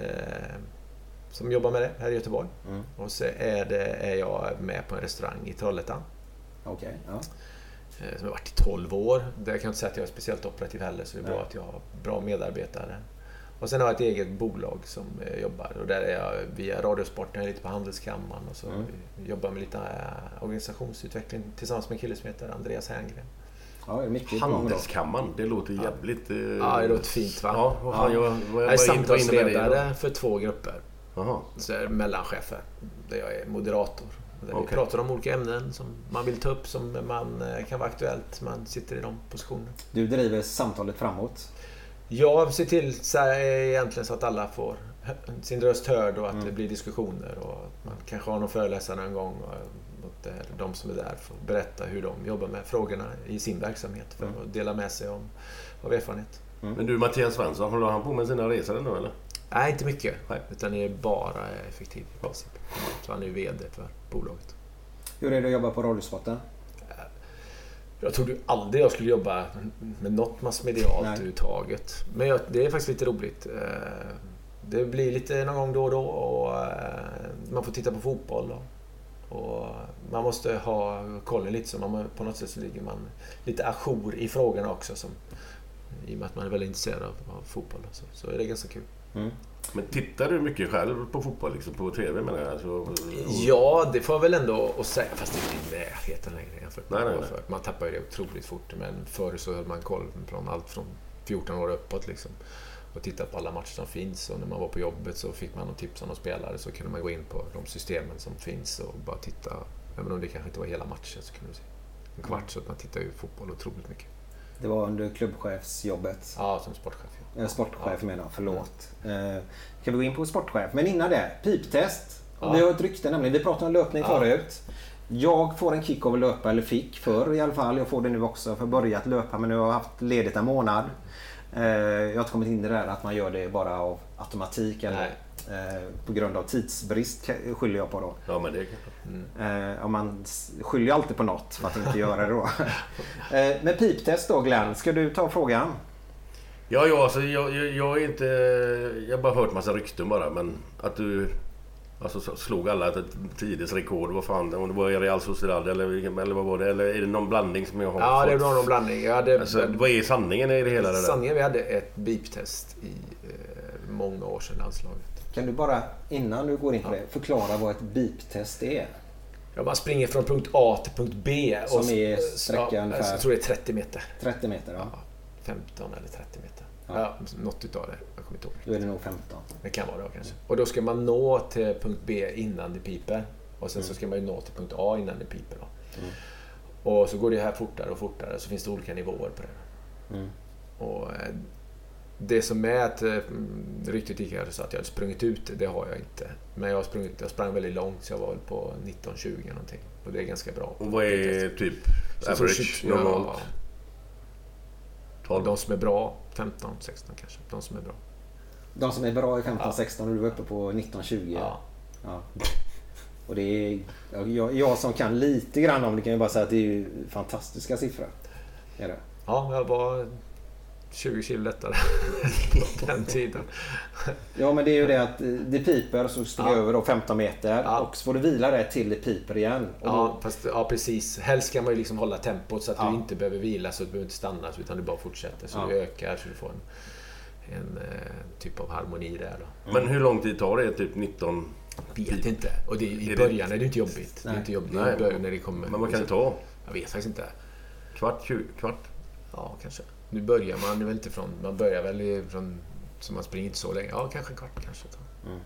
som jobbar med det här i Göteborg. Mm. Och så är, det, är jag med på en restaurang i Trollhättan. Okay, ja. Som har varit i tolv år. Där kan jag inte säga att jag är speciellt operativ heller, så det är bra att jag har bra medarbetare. Och sen har jag ett eget bolag som jag jobbar, och där är jag via Radiosporten, lite på Handelskammaren, och så mm. jobbar med lite organisationsutveckling tillsammans med en kille som heter Andreas Herngren. Ja, det är mycket Handelskammaren, det låter ja. jävligt... Uh... Ja, det låter fint, va? Ja, vad fan, ja. jag, vad, jag är samtalsledare för två grupper. Aha. Så är mellanchefer, där jag är moderator. Där okay. Vi pratar om olika ämnen som man vill ta upp, som man kan vara aktuellt, man sitter i de positionerna. Du driver samtalet framåt? Jag ser till så här, egentligen så att alla får sin röst hörd och att Mm. det blir diskussioner och att man kanske har någon föreläsare en gång och att de som är där får berätta hur de jobbar med frågorna i sin verksamhet för Mm. att dela med sig om, av erfarenhet. Mm. Men du, Mattias Svensson, håller han på med sina resor nu eller? Nej, inte mycket. Nej. Utan det är bara effektiv i princip. Så han är ju vd för bolaget. Hur är det att jobba på Radiosporten? Jag trodde aldrig jag skulle jobba med något massmedialt Nej. överhuvudtaget. Men jag, det är faktiskt lite roligt. Eh, Det blir lite någon gång då och då och eh, man får titta på fotboll. Då. Och man måste ha kollen lite så man, på något sätt så ligger man lite ajour i frågorna också. Som, I och med att man är väldigt intresserad av, av fotboll. Så, så är det ganska kul. Mm. Men tittar du mycket själv på fotboll, liksom på tv menar jag? Alltså, Ja, det får jag väl ändå att säga. Fast det är inte i närheten längre jämfört med Nej, nej, vad nej. för. Man tappar ju det otroligt fort. Men förr så höll man koll från allt från fjorton år uppåt liksom. Och titta på alla matcher som finns. Och när man var på jobbet så fick man någon tips om någon spelare. Så kunde man gå in på de systemen som finns och bara titta. Även om det kanske inte var hela matchen så kunde du se en kvart. Så att man tittar ju fotboll otroligt mycket. Det var under klubbchefsjobbet. Ja, som sportchef. Ja. Eh, sportchef Ja. menar jag, förlåt. Eh, kan vi gå in på sportchef? Men innan det, piptest. Ja. Vi har ett rykte nämligen. Vi pratade om löpning Ja. förut. Jag får en kick av att löpa, eller fick förr i alla fall. Jag får det nu också för att börja att löpa, men nu har jag haft ledigt en månad. Eh, jag har inte kommit in i det där att man gör det bara av automatik eller eh, på grund av tidsbrist skyller jag på då. ja, men det kan Eh, och man s- skyller ju alltid på något för att inte göra det då. eh, men piptest då Glenn, ska du ta frågan? Ja, ja alltså, jag, jag, jag är inte... Jag har bara hört massa rykten bara, men att du alltså, så slog alla ett tidesrekord, vad fan, om det var i Real Sociedad eller, eller vad var det? Eller är det någon blandning som jag har Ja, fått? det var någon blandning. Jag hade, Alltså, vad är sanningen i det hela? Det där? sanningen, vi hade ett beep-test i eh, många år sedan landslaget. Kan du bara, innan du går in på det, förklara vad ett beep-test är? Ja, man springer från punkt A till punkt B. Som och, är sträcka ja, ungefär- Jag tror det är trettio meter. trettio meter, ja. Ja, femton eller trettio meter. Ja. Ja. Något utav det. Jag kommer inte ihåg. Då är det nog femton. Det kan vara det kanske. Och då ska man nå till punkt B innan det piper. Och sen så ska man ju nå till punkt A innan det piper. Då. Mm. Och så går det här fortare och fortare. Så finns det olika nivåer på det. Mm. Och eh, det som är att eh, riktigt gick jag så att jag hade sprungit ut, det har jag inte. Men jag har sprungit, jag sprang väldigt långt så jag var väl på nitton tjugo någonting. Och det är ganska bra. Och vad är typ Så jag tror average, tjugo, normalt? ja, tolv? de som är bra, femton sexton kanske. De som är bra. De som är bra i femton Ja. sexton och du var uppe på nitton tjugo. Ja. Ja. Och det är, jag, jag som kan lite grann om det kan ju bara säga att det är ju fantastiska siffror. Är det? Ja, jag var tjugo kilo lättare på den tiden. Ja, men det är ju det att det piper så står det Ja. över då femton meter Ja. och så får du vila det till det piper igen. Och Ja, då, fast, ja, precis. Helst ska man ju liksom hålla tempot så att Ja. du inte behöver vila, så att du behöver inte stanna, utan du bara fortsätter. Så Ja. du ökar så du får en, en eh, typ av harmoni där då. Men hur lång tid tar det? Typ nitton? Vet inte. Och det, i Är det- början är det inte jobbigt. Det Nej. är inte jobbigt. Nej. Det är i början när det kommer. Men vad kan det ta? Jag vet faktiskt inte. Kvart? tjugo? Kvart? Ja, kanske. Nu börjar man väl inte från... Man börjar väl i- från... Så man springer inte så länge. Ja, kanske en kvart kanske. Mm.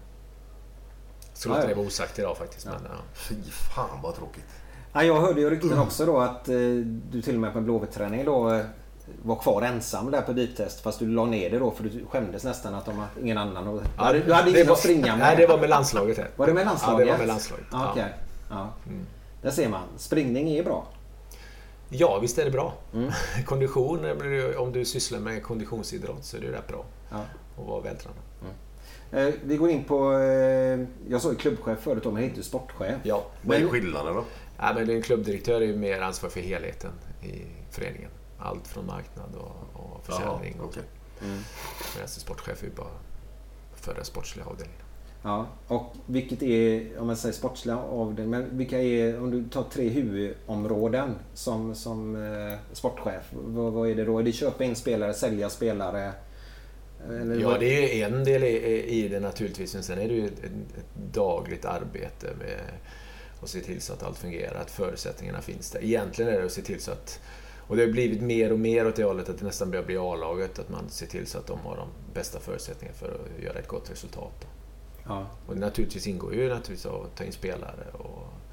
Så Ja, låter ja. det vara osagt idag faktiskt. Men, ja. Fy fan vad tråkigt. ja, jag hörde ju rykten också då att eh, du till och med på en Blåvitt-träning då eh, var kvar ensam där på beep-test fast du la ner det då för du skämdes nästan att de hade ingen annan. Och, du hade, du hade det ingen var, att springa med. Nej, det var med landslaget här. Var det med landslaget? Ja, det var med landslaget. Ja, Ja. okej. Ja. Mm. Där ser man. Springning är bra. Ja, visst är det bra. Mm. Kondition, om du sysslar med konditionsidrott så är det rätt bra Ja. att vara vältränad. Eh, vi går in på... Eh, jag sa ju klubbchef förut, men det heter ju sportchef. Ja, Vad är Men- skillnaden då? ja, men en klubbdirektör är ju mer ansvar för helheten i föreningen. Allt från marknad och, och försäljning. Jaha, okej. Mm. Medan sportchef är ju bara för den sportsliga avdelningen. Ja, och vilket är, om man säger sportsliga avdelning, men vilka är, om du tar tre huvudområden som, som eh, sportchef, vad, vad är det då? Är det köpa in spelare, sälja spelare? Eller Ja, vad- det är en del i, i det naturligtvis, men sen är det ju ett, ett dagligt arbete med att se till så att allt fungerar, att förutsättningarna finns där. Egentligen är det att se till så att, och det har blivit mer och mer åt det hållet att det nästan börjar bli A-laget, att man ser till så att de har de bästa förutsättningarna för att göra ett gott resultat. Ja. Och naturligtvis ingår ju naturligtvis att ta in spelare och,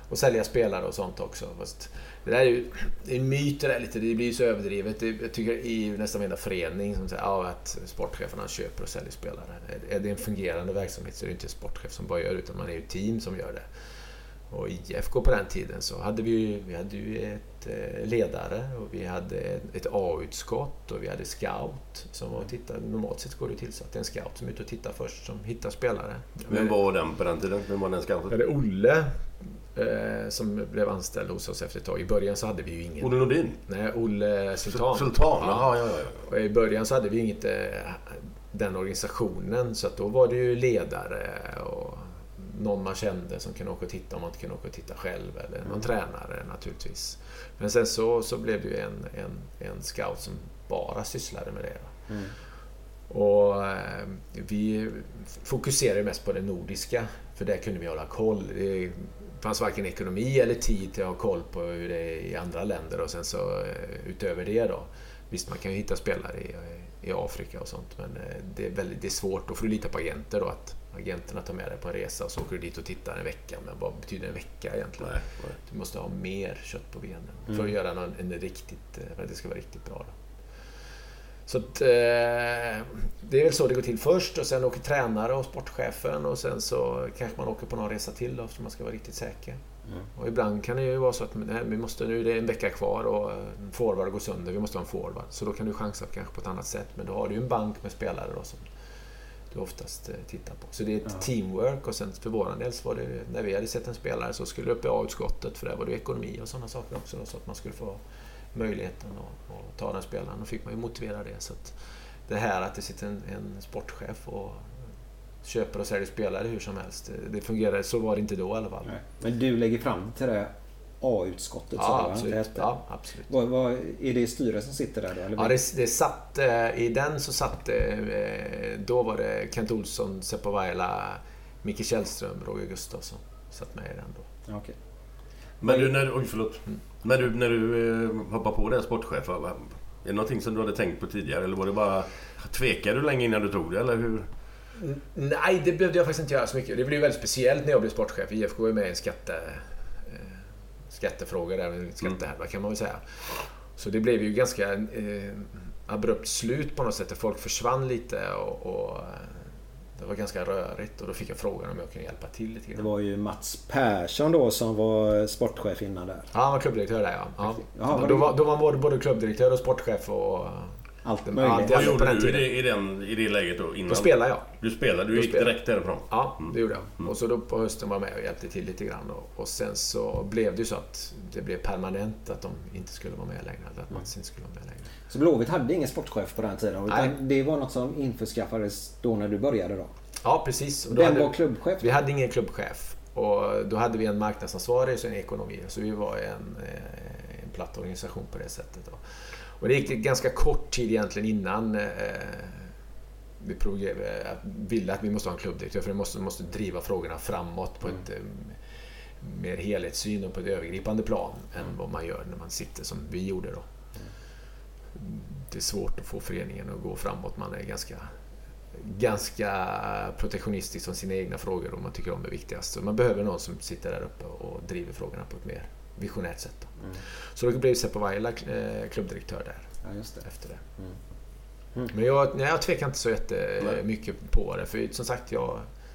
och sälja spelare och sånt också. Fast det där är ju en myt, det där lite, det blir ju så överdrivet. Jag tycker i nästan varenda förening som säger ja, att sportcheferna köper och säljer spelare. Är det en fungerande verksamhet så är det inte en sportchef som bara gör det, utan man är ju ett team som gör det. Och i I F K på den tiden så hade vi ju, vi hade ju ett ledare och vi hade ett A-utskott och vi hade scout som var och tittade. Normalt sett går det till så att det är en scout som är ute och tittar först, som hittar spelare. Vem var den på den tiden? Vem var den scouten? Det är Olle eh, som blev anställd hos oss efter ett tag. I början så hade vi ju ingen... Olle Nordin? Nej, Olle Sultan. Sultan, ja, ja, ja. Och i början så hade vi inte den organisationen, så att då var det ju ledare och någon man kände som kunde åka och titta om man inte kunde åka och titta själv, eller någon mm. tränare naturligtvis. Men sen så, så blev det ju en, en, en scout som bara sysslade med det. Mm. Och eh, vi fokuserade mest på det nordiska, för där kunde vi hålla koll. Det fanns varken ekonomi eller tid till att ha koll på hur det är i andra länder, och sen så eh, utöver det då, visst man kan ju hitta spelare i, i Afrika och sånt, men eh, det är väldigt det är svårt, och för att lita på agenter då, att agenterna tar med dig på en resa och så åker du dit och tittar en vecka. Men vad betyder en vecka egentligen? Nej, nej. Du måste ha mer kött på benen mm. för att göra någon, en riktigt, för att det ska vara riktigt bra då. Så att, eh, det är väl så det går till först, och sen åker tränare och sportchefen, och sen så kanske man åker på någon resa till då, för man ska vara riktigt säker. Mm. Och ibland kan det ju vara så att nej, vi måste, nu är det en vecka kvar och en forward går sönder, vi måste ha en forward. Så då kan du chansa kanske på ett annat sätt, men då har du ju en bank med spelare då som du oftast tittar på. Så det är ett ja. teamwork, och sen för våran del så var det, när vi hade sett en spelare så skulle det upp i A-utskottet, för där var det ekonomi och sådana saker också då, så att man skulle få möjligheten att, att ta den spelaren, och fick man ju motivera det. Så att det här att det sitter en, en sportchef och köper och säljer spelare hur som helst, det fungerar, så var det inte då i alla fall. Nej. Men du lägger fram till det A-utskottet? Ja, absolut. Ja, absolut. Vad, vad, är det styrelsen som sitter där då? Eller? Ja, det, det satt, i den så satt då var det Kent Olsson, Seppo Vaila, Micke Källström, Roger Gustafsson satt med i den då. Okay. Men du, när, oj, förlåt. Mm. Men du, när du hoppar på den sportchef, är det någonting som du hade tänkt på tidigare, eller var det bara, tvekade du länge innan du tog det, eller hur? Nej, det behövde jag faktiskt inte göra så mycket. Det blev väldigt speciellt när jag blev sportchef. I F K är med i en skatte, skattefråga där, en skattehärva kan man väl säga. Så det blev ju ganska eh, abrupt slut på något sätt. Folk försvann lite och, och det var ganska rörigt, och då fick jag frågan om jag kunde hjälpa till lite grann. Det var ju Mats Persson då som var sportchef innan där. Ja, han var klubbdirektör där, ja. ja. Jaha, då, var, då var han både klubbdirektör och sportchef och allt möjligt. Vad gjorde du i det, i, den, i det läget då? Innan? Då spelade jag. Du spelade, du då gick spelade. direkt därifrån? Ja, det gjorde jag. Mm. Och så då på hösten var jag med och hjälpte till lite grann. Och, och sen så blev det ju så att det blev permanent att de inte skulle vara med längre. Eller att Mats inte skulle vara med längre. Så Blåvitt hade ingen sportchef på den tiden? Utan det var något som införskaffades då när du började då? Ja, precis. Och då Vem hade, var klubbchef? Vi hade ingen klubbchef. Och då hade vi en marknadsansvarig och en ekonomi. Så vi var en, en platt organisation på det sättet då. Och det gick ganska kort tid egentligen innan eh, vi ville att vi måste ha en klubbdirektör, för vi måste, måste driva frågorna framåt på mm. ett eh, mer helhetssyn och på ett övergripande plan mm. än vad man gör när man sitter som vi gjorde då. Mm. Det är svårt att få föreningen att gå framåt. Man är ganska, ganska protektionistisk om sina egna frågor och man tycker om det viktigaste. Så man behöver någon som sitter där uppe och driver frågorna på ett mer visionärt sätt. Mm. Så då blev Seppo Vaila klubbdirektör där ja, just det. efter det. Mm. Mm. Men jag, nej, jag tvekar inte så jättemycket på det. För som sagt, jag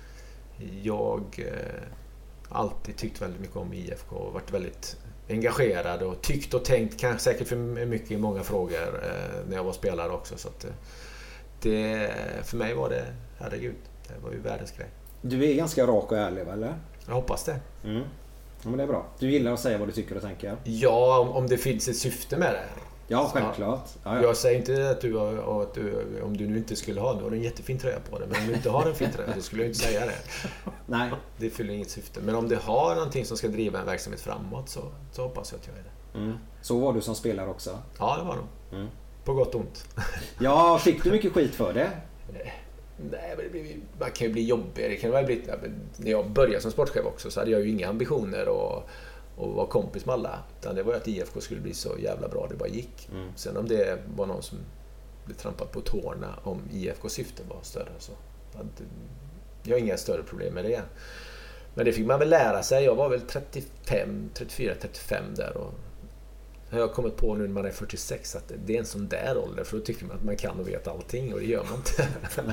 jag eh, alltid tyckt väldigt mycket om I F K och varit väldigt engagerad och tyckt och tänkt kanske säkert för mycket i många frågor eh, när jag var spelare också. Så att, det, för mig var det, herregud, det var ju världens grej. Du är ganska rak och ärlig, eller? Jag hoppas det. Mm. Ja, men det är bra. Du gillar att säga vad du tycker och tänker? Ja, om, om det finns ett syfte med det. Ja, självklart. Ja, ja. Jag säger inte att du, har, att du, om du nu inte skulle ha, du har en jättefin tröja på dig, men om du inte har en fin tröja så skulle jag inte säga det. Nej. Det fyller inget syfte. Men om du har någonting som ska driva en verksamhet framåt så, så hoppas jag att jag är det. Mm. Så var du som spelare också? Ja, det var nog. Mm. På gott och ont. Ja, fick du mycket skit för det? Nej, men det blir, man kan ju bli jobbig. Det kan väl bli, när jag började som sportchef också så hade jag ju inga ambitioner och och vara kompis med alla. Utan det var ju att I F K skulle bli så jävla bra det bara gick. Mm. Sen om det var någon som blev trampat på tårna om I F K-syften var större så jag har inga större problem med det. Men det fick man väl lära sig. Jag var väl trettiofem, trettiofyra, trettiofem där och jag har kommit på nu när man är fyrtiosex att det är en sån där ålder, för då tycker man att man kan och vet allting och det gör man inte.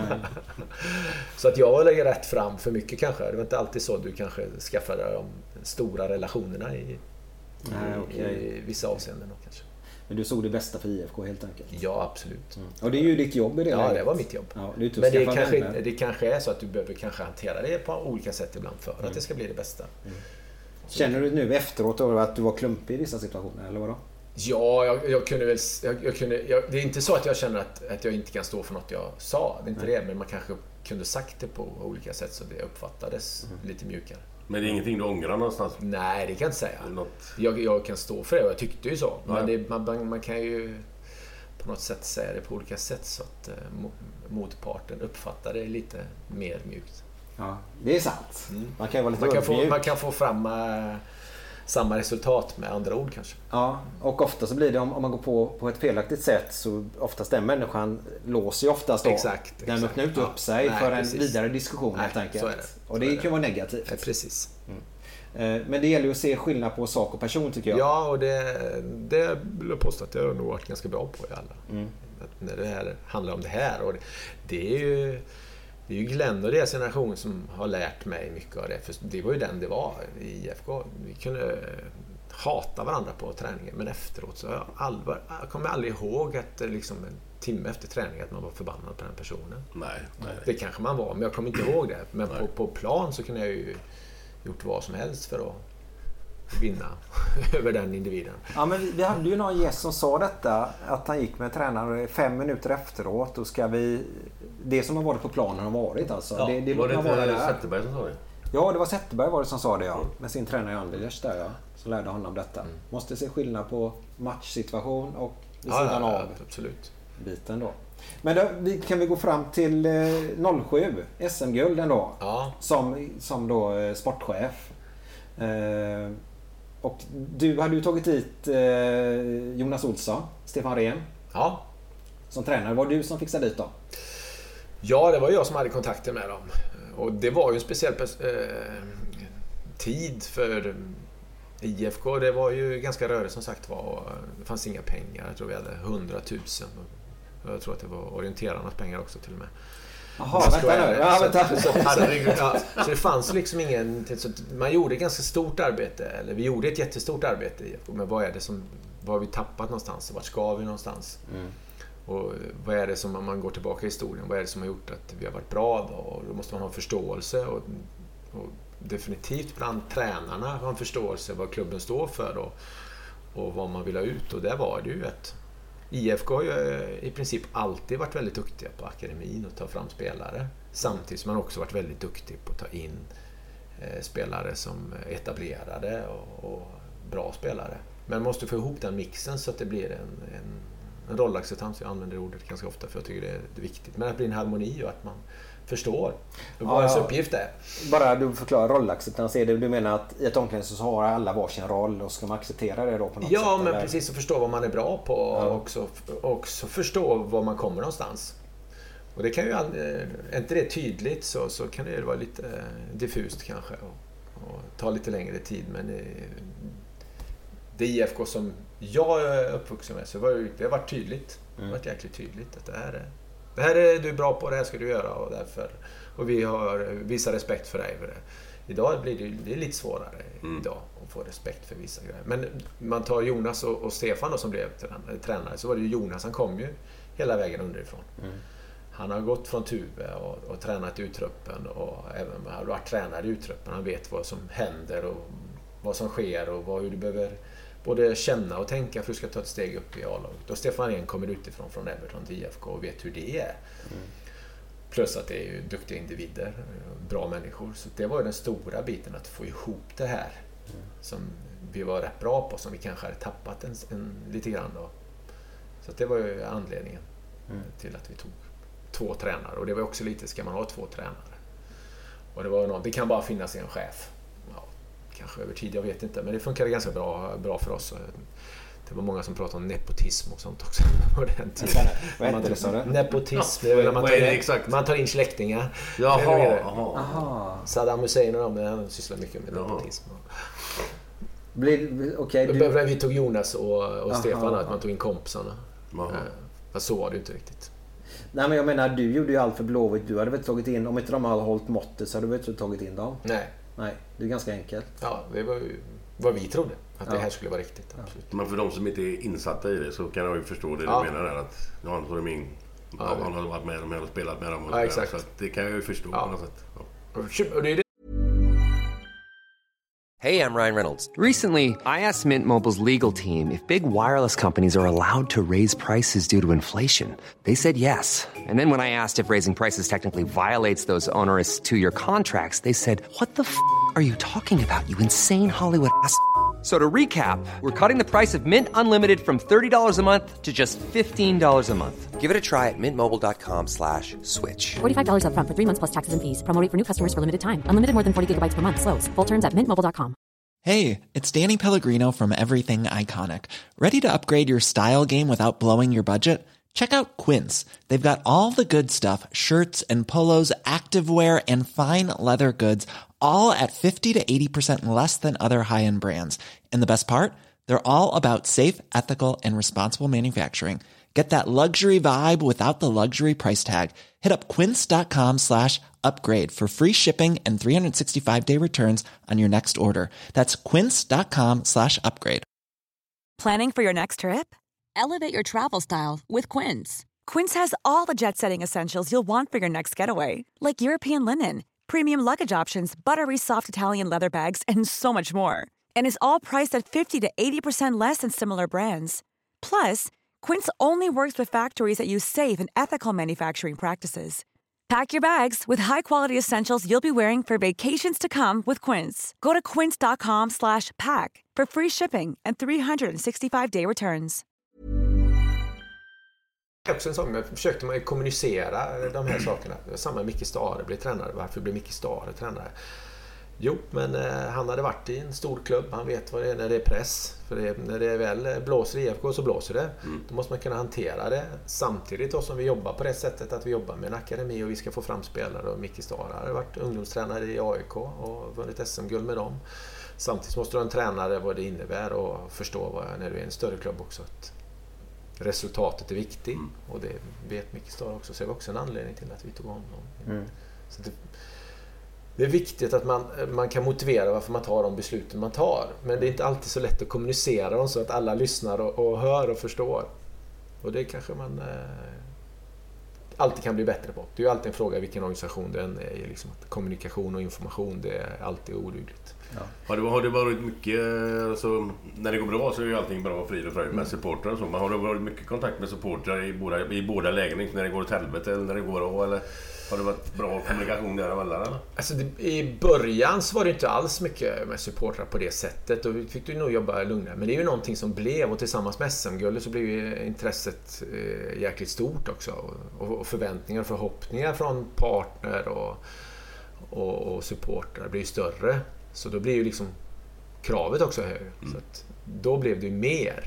Så att jag lägger rätt fram för mycket kanske. Det var inte alltid så du kanske skaffade de stora relationerna i, Nej, okay. i, i vissa avseenden då, kanske. Men du såg det bästa för I F K helt enkelt? Ja, absolut. Mm. Och det är ju ditt jobb i det Ja, läget. det var mitt jobb. Ja, det Men det kanske, det kanske är så att du behöver kanske hantera det på olika sätt ibland för mm. att det ska bli det bästa. Mm. Känner du nu efteråt då att du var klumpig i vissa situationer, eller vadå? Ja, jag, jag kunde väl... Jag, jag kunde, jag, det är inte så att jag känner att, att jag inte kan stå för något jag sa. Det är inte mm. det, men man kanske kunde sagt det på olika sätt så det uppfattades mm. lite mjukare. Men det är ingenting du ångrar någonstans? Nej, det kan jag inte säga. Något... Jag, jag kan stå för det och jag tyckte ju så. Ja. Men det, man, man kan ju på något sätt säga det på olika sätt så att eh, motparten uppfattar det lite mer mjukt. Ja, det är sant. Mm. Man kan ju vara lite man kan, få, man kan få fram eh, samma resultat med andra ord kanske. Ja, och ofta så blir det om, om man går på på ett felaktigt sätt så oftast den människan låser ju oftast då. Exakt, den exakt. öppnar inte ja. upp sig Nej, för precis. en vidare diskussion Nej, helt enkelt. Så är det. Och det så kan det. vara negativt. Ja, precis. Mm. Men det gäller ju att se skillnad på sak och person tycker jag. Ja, och det, det vill jag påstå att jag har nog varit ganska bra på i alla. Mm. Att när det här handlar om det här. Och det, det är ju det är ju Glenn och deras generation som har lärt mig mycket av det. För det var ju den det var i I F K. Vi kunde hata varandra på träningen, men efteråt så jag, allvar, jag kommer aldrig ihåg att liksom en timme efter träning att man var förbannad på den personen. Nej, nej. Det kanske man var, men jag kommer inte ihåg det. Men på, på plan så kunde jag ju gjort vad som helst för att vinna över den individen. Ja, men vi hade ju någon gäst som sa detta, att han gick med tränare fem minuter efteråt och ska vi det som har varit på planen har varit alltså. Ja, det, det var det vara inte Zetterberg som sa det? Ja, det var Zetterberg var det som sa det, ja. Med sin tränare Anders där, ja. Så lärde honom detta. Mm. Måste se skillnad på matchsituation och vid ja, sidan ja, av absolut. biten då. Men då kan vi gå fram till noll sju, S M-gulden då. Ja. Som, som då sportchef. Eh, och du hade ju tagit hit eh, Jonas Olsson, Stefan Rehn. Ja. Som tränare. Var du som fixade dit då? Ja, det var jag som hade kontakter med dem. Och det var ju en speciell eh, tid för I F K. Det var ju ganska rörigt som sagt var. Det fanns inga pengar. Jag tror vi hade hundratusen. Jag tror att det var orienterarnas pengar också till och med. Jaha, vänta nu. Ja, vänta. Så, så, ja, så det fanns liksom ingen... Så man gjorde ett ganska stort arbete. Eller vi gjorde ett jättestort arbete i I F K. Men vad är det som... Vad har vi tappat någonstans? Vart ska vi någonstans? Mm. Och vad är det som, om man går tillbaka i historien, vad är det som har gjort att vi har varit bra då? Och då måste man ha förståelse och, och definitivt bland tränarna ha en förståelse vad klubben står för då, och vad man vill ha ut. Och där var det ju att I F K har ju i princip alltid varit väldigt duktiga på akademin och ta fram spelare, samtidigt som man också varit väldigt duktig på att ta in eh, spelare som etablerade och, och bra spelare. Men man måste få ihop den mixen så att det blir en, en En rollacceptans, jag använder det ordet ganska ofta för jag tycker det är viktigt. Men att det blir en harmoni och att man förstår vad ens ja, uppgift är. Bara du förklarar rollacceptans, är det du menar att i ett omklädningsrum så har alla varsin roll och ska man acceptera det då på något ja, sätt? Ja, men eller? precis, att förstå vad man är bra på och ja. också, också förstå var man kommer någonstans. Och det kan ju, är inte det tydligt så, så kan det vara lite diffust kanske och, och ta lite längre tid, men det, det I F K som jag är uppvuxen med så var det, det har varit tydligt. Det har varit jäkligt tydligt att det här är, det här är du bra på, det här ska du göra och därför och vi har visar respekt för dig för det. Idag blir det, det är lite svårare mm. idag att få respekt för vissa grejer. Men man tar Jonas och, och Stefan då, som blev tränare, så var det ju Jonas, han kom ju hela vägen underifrån. Mm. Han har gått från Tuve och, och tränat i uttruppen och även har varit tränare i uttruppen. Han vet vad som händer och vad som sker och vad, hur du behöver både känna och tänka för att du ska ta ett steg upp i A-laget. Och Stefan Rehn kommer utifrån från Everton till I F K och vet hur det är. Mm. Plus att det är ju duktiga individer, bra människor. Så det var ju den stora biten, att få ihop det här mm. som vi var rätt bra på, som vi kanske hade tappat en, en, lite grann då. Så det var ju anledningen mm. till att vi tog två tränare. Och det var också lite, ska man ha två tränare? Och det var någon, det kan bara finnas en chef. Kanske över tid, jag vet inte. Men det funkade ganska bra, bra för oss. Det var många som pratade om nepotism och sånt också på den tiden. Vad heter det, sa du? Nepotism, det är när man tar, in, man tar in släktingar. Jaha, jaha. Saddam Hussein och de, han sysslar mycket med nepotism. Blir, okay, du... Vi tog Jonas och, och Stefan, att man tog in kompisarna. Fast så var det inte riktigt. Nej, men jag menar, du gjorde ju allt för Blåvitt. Du hade väl tagit in, om inte de hade hållit måttet så hade du väl tagit in dem? Nej. Nej, det är ganska enkelt. Ja, det var ju vad vi trodde. Att ja. det här skulle vara riktigt. Absolut. Men för de som inte är insatta i det så kan jag ju förstå det ja. du menar där. Att ja, så är min, ja, han har varit med dem och spelat med dem. Och ja, exakt. Så att det kan jag ju förstå ja. på något sätt. Ja. Och det är det. Hey, I'm Ryan Reynolds. Recently, I asked Mint Mobile's legal team if big wireless companies are allowed to raise prices due to inflation. They said yes. And then when I asked if raising prices technically violates those onerous two-year contracts, they said, what the f*** are you talking about, you insane Hollywood ass f- So to recap, we're cutting the price of Mint Unlimited from thirty dollars a month to just fifteen dollars a month. Give it a try at mintmobile.com slash switch. forty-five dollars up front for three months plus taxes and fees. Promo rate for new customers for limited time. Unlimited more than forty gigabytes per month. Slows full terms at mint mobile dot com. Hey, it's Danny Pellegrino from Everything Iconic. Ready to upgrade your style game without blowing your budget? Check out Quince. They've got all the good stuff, shirts and polos, activewear and fine leather goods, all at fifty to eighty percent less than other high-end brands. And the best part? They're all about safe, ethical, and responsible manufacturing. Get that luxury vibe without the luxury price tag. Hit up quince.com slash upgrade for free shipping and three sixty-five day returns on your next order. That's quince.com slash upgrade. Planning for your next trip? Elevate your travel style with Quince. Quince has all the jet-setting essentials you'll want for your next getaway, like European linen, premium luggage options, buttery soft Italian leather bags, and so much more. And is all priced at fifty to eighty percent less than similar brands. Plus, Quince only works with factories that use safe and ethical manufacturing practices. Pack your bags with high-quality essentials you'll be wearing for vacations to come with Quince. Go to quince.com slash pack for free shipping and three sixty-five day returns. Också en sån, försökte man ju kommunicera de här sakerna. Samma Micke Stare blev tränare. Varför blev Micke Stare tränare? Jo, men eh, han hade varit i en stor klubb. Han vet vad det är när det är press. För det, när det väl blåser i I F K så blåser det. Mm. Då måste man kunna hantera det. Samtidigt då som vi jobbar på det sättet att vi jobbar med en akademi och vi ska få fram spelare. Och Micke Stare har varit ungdomstränare i A I K och vunnit S M-guld med dem. Samtidigt måste du ha en tränare vad det innebär och förstå vad, när du är en större klubb också. Att resultatet är viktigt. Mm. Och det vet Micke Stare också. Så det var också en anledning till att vi tog honom. Mm. Så det, Det är viktigt att man, man kan motivera varför man tar de besluten man tar. Men det är inte alltid så lätt att kommunicera dem så att alla lyssnar och, och hör och förstår. Och det kanske man eh, alltid kan bli bättre på. Det är ju alltid en fråga vilken organisation den är. Liksom att kommunikation och information, det är alltid odugligt. Ja. Har, det, har det varit mycket, alltså, när det går bra så är ju allting bra och frid och fröjd med mm. supportrar och så. Men har det varit mycket kontakt med supportrar i båda, i båda lägen, när det går åt helvete eller när det går av, eller har det varit bra kommunikation däremellan? Alltså det, i början så var det inte alls mycket med supportrar på det sättet och vi fick ju nog jobba lugnare. Men det är ju någonting som blev, och tillsammans med S M-guldet så blev ju intresset eh, jäkligt stort också. Och, och förväntningar och förhoppningar från partner och, och, och supportrar blir ju större. Så då blir ju liksom kravet också högre. Mm. Så att då blev det ju mer.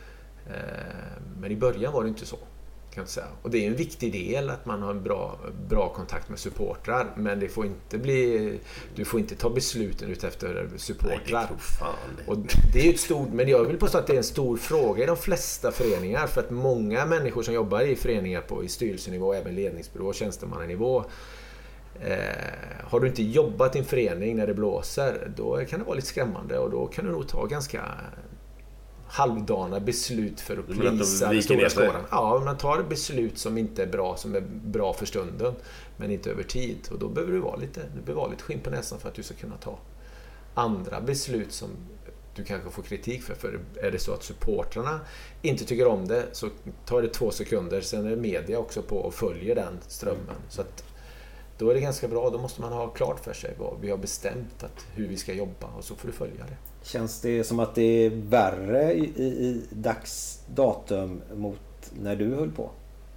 Eh, men i början var det inte så. Kan jag säga. Och det är en viktig del att man har en bra, bra kontakt med supportrar, men det får inte bli, du får inte ta besluten ut efter supportrar. Nej, och det är ju ett stort, men jag vill påstå att det är en stor fråga i de flesta föreningar, för att många människor som jobbar i föreningar på i styrelsenivå, även ledningsbyrå och tjänstemannanivå, eh, har du inte jobbat i en förening när det blåser, då kan det vara lite skrämmande och då kan du nog ta ganska halvdana beslut för att plisa den stora skåran. Ja, man tar beslut som inte är bra, som är bra för stunden, men inte över tid. Och då behöver du vara lite, du behöver vara lite skinn på näsan för att du ska kunna ta andra beslut som du kanske får kritik för. För är det så att supportrarna inte tycker om det, så tar det två sekunder, sen är media också på och följer den strömmen. Så att då är det ganska bra, då måste man ha klart för sig vad vi har bestämt, att hur vi ska jobba, och så får du följa det. Känns det som att det är värre i, i, i dagsdatum mot när du höll på?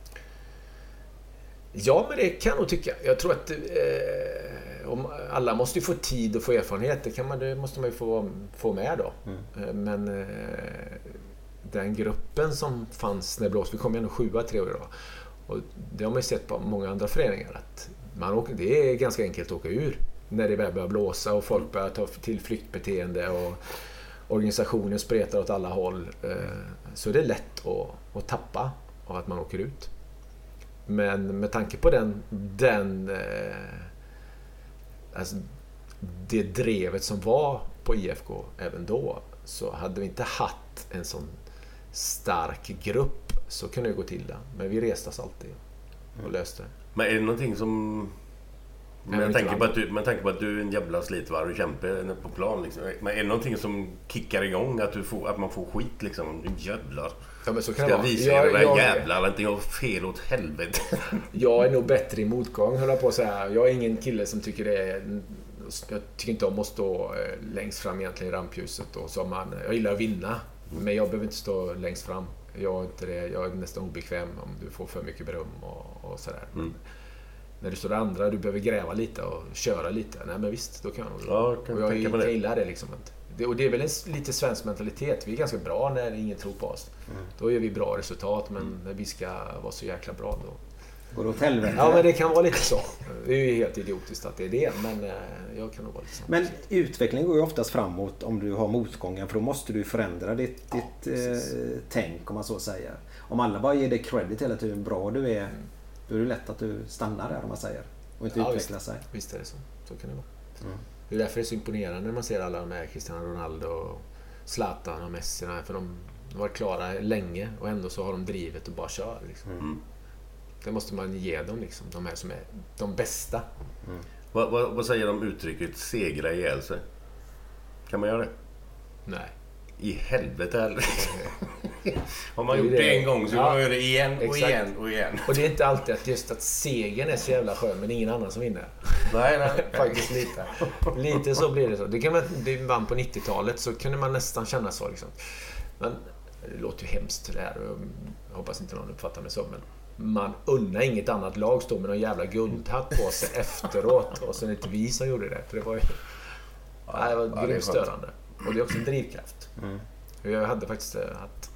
Ja, men det kan jag nog tycka. Jag tror att eh, om alla måste ju få tid och få erfarenhet. Det, kan man, det måste man ju få, få med då. Mm. Men eh, den gruppen som fanns när Blåsby kom igen och sjua tre år idag. Och det har man ju sett på många andra föreningar att man åker, det är ganska enkelt att åka ur när det börjar blåsa och folk börjar ta till flyktbeteende och organisationen spretar åt alla håll. Så det är lätt att, att tappa av att man åker ut. Men med tanke på den, den alltså det drevet som var på I F K även då, så hade vi inte haft en sån stark grupp så kunde det gå till det. Men vi reste oss alltid och löste det. Men är det någonting som... Men jag tänker på att du, man tänker på att du är en jävla slitvarv och kämpe på plan liksom. Men är det någonting som kickar igång att, du får, att man får skit liksom? Jävlar. Ja, men så kan ska det visa jag, er det jag, jävlar eller inte jag fel åt helvete. Jag är nog bättre i motgång, höll jag på att säga. Jag är ingen kille som tycker det är... Jag tycker inte om att stå längst fram egentligen i rampljuset. Och så man, jag gillar att vinna, men jag behöver inte stå längst fram. Jag är, inte det, jag är nästan obekväm om du får för mycket beröm och, och sådär. Mm. När du står där andra, du behöver gräva lite och köra lite. Nej men visst, då kan jag ja, kan och jag, jag jag gillar det liksom. Det, och det är väl en lite svensk mentalitet. Vi är ganska bra när ingen tror på oss. Mm. Då gör vi bra resultat, men mm. när vi ska vara så jäkla bra då... Går det åt helvete? Ja, men det kan vara lite så. Det är ju helt idiotiskt att det är det, men jag kan nog vara lite så. Men utveckling går ju oftast framåt om du har motgångar, för då måste du förändra ditt, ja, ditt eh, tänk, om man så säger. Om alla bara ger dig credit hela tiden, bra du är, mm. då är det lätt att du stannar där, om man säger, och inte ja, utveckla visst. sig. Visst är det så. Så kan det vara. Mm. Det är därför det är så imponerande när man ser alla de här Cristiano Ronaldo och Zlatan och Messi, för de var klara länge och ändå så har de drivet och bara kör liksom. Mm. Det måste man ge dem liksom, de här som är de bästa. Mm. Vad, vad, vad säger de uttrycket segra ihjäl sig? Kan man göra det? Nej. I helvete heller. Har man gjort det, det en gång så ja, man gör det igen och exakt. igen och igen. Och det är inte alltid att just att segern är så jävla skön, men ingen annan som vinner. Nej, nej. Faktiskt lite. Lite så blir det så. Det kan man, det vann på nittiotalet så kunde man nästan känna så liksom. Men det låter ju hemskt det här. Jag hoppas inte någon uppfattar mig så, men man unnar inget annat lag stå med någon jävla guldhatt på sig efteråt och sen inte vi som gjorde det. För det var ju ja, det var ja, grymt störande. Och det är också en drivkraft. Mm. Jag hade faktiskt att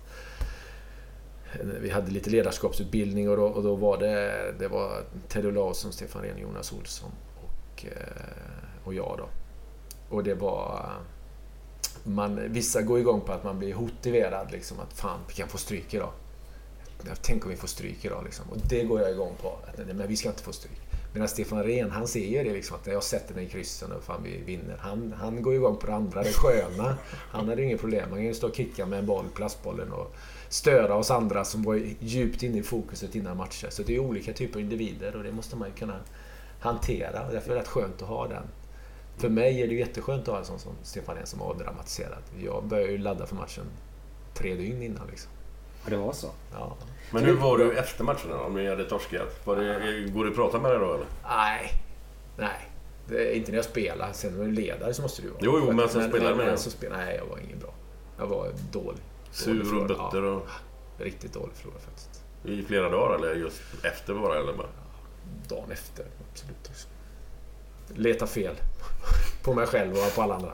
vi hade lite ledarskapsutbildning och då, och då var det det var Ted Olausson, Stefan Rehn, Jonas Olsson och, och jag då. Och det var man, vissa går igång på att man blir motiverad liksom, att fan, vi kan få stryk idag. Jag tänker om vi får stryk idag liksom. Och det går jag igång på att, nej, men vi ska inte få stryk. Medan Stefan Rehn, han ser ju det liksom, att när jag sätter den i kryssen och fan vi vinner, han, han går igång på det andra, det sköna. Han hade inget problem, man kan ju stå och kicka med en boll, plastbollen och störa oss andra som var djupt inne i fokuset innan matcher. Så det är olika typer av individer och det måste man ju kunna hantera och därför är det rätt skönt att ha den. För mig är det jätteskönt att ha en sån som Stefan Rehn som har dramatiserat. Jag började ju ladda för matchen tre dygn innan liksom. Ja, det var så. Ja. Men hur var du efter matchen om ni hade torskat? Var det, går du att prata med dig då eller? Nej, nej. Det är inte när jag spelar. Sen när du är ledare så måste du vara. Jo, jo men sen spelar med så spel, nej, jag var ingen bra. Jag var dålig. Sur och butter och... Ja, riktigt dålig förlorare faktiskt. I flera dagar eller just efter bara eller bara? Ja, dagen efter, absolut också. Leta fel. På mig själv och på alla andra.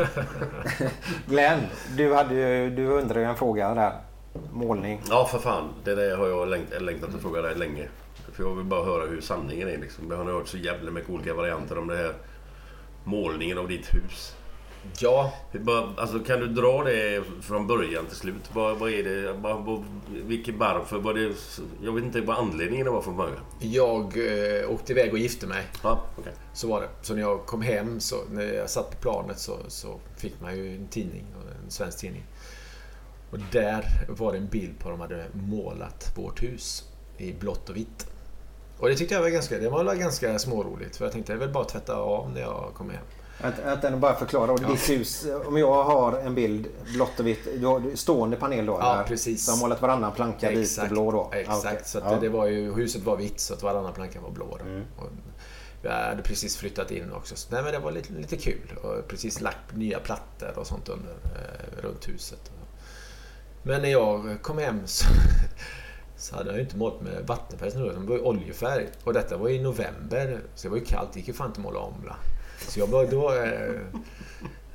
Glenn, du, hade ju, du undrade ju en fråga där. Målning. Ja, för fan. Det där har jag längt, längtat att fråga dig länge. För jag vill bara höra hur sanningen är. Liksom. Jag har hört så jävla mycket olika varianter om det här målningen av ditt hus. Ja. Bara, alltså, kan du dra det från början till slut? Vad, vad är det? Vad, vilket varför? Var det, jag vet inte vad anledningen var från början. Jag eh, åkte iväg och gifte mig. Ja, okay. Så var det. Så när jag kom hem, så, när jag satt på planet så, så fick man ju en tidning, en svensk tidning. Och där var det en bild på att de hade målat vårt hus i blått och vitt. Och det tyckte jag var ganska, det var ganska småroligt. För jag tänkte, jag vill bara tvätta av när jag kom hem. Att, att den bara förklara. Och ja. Ditt hus, om jag har en bild blått och vitt, du har stående panel då? Ja, där, precis. Så har målat varannan planka vit och blå då? Exakt, okay. Så att ja. det, det var ju, huset var vitt så att varannan planka var blå då. Mm. Och jag hade precis flyttat in också. Så nej, men det var lite, lite kul. Och precis lagt nya plattor och sånt under, eh, runt huset. Men när jag kom hem så, så hade jag ju inte målat med vattenfärg. Det var ju oljefärg. Och detta var i november. Så det var ju kallt. Det gick ju fan inte måla om. Så jag bara då... Eh,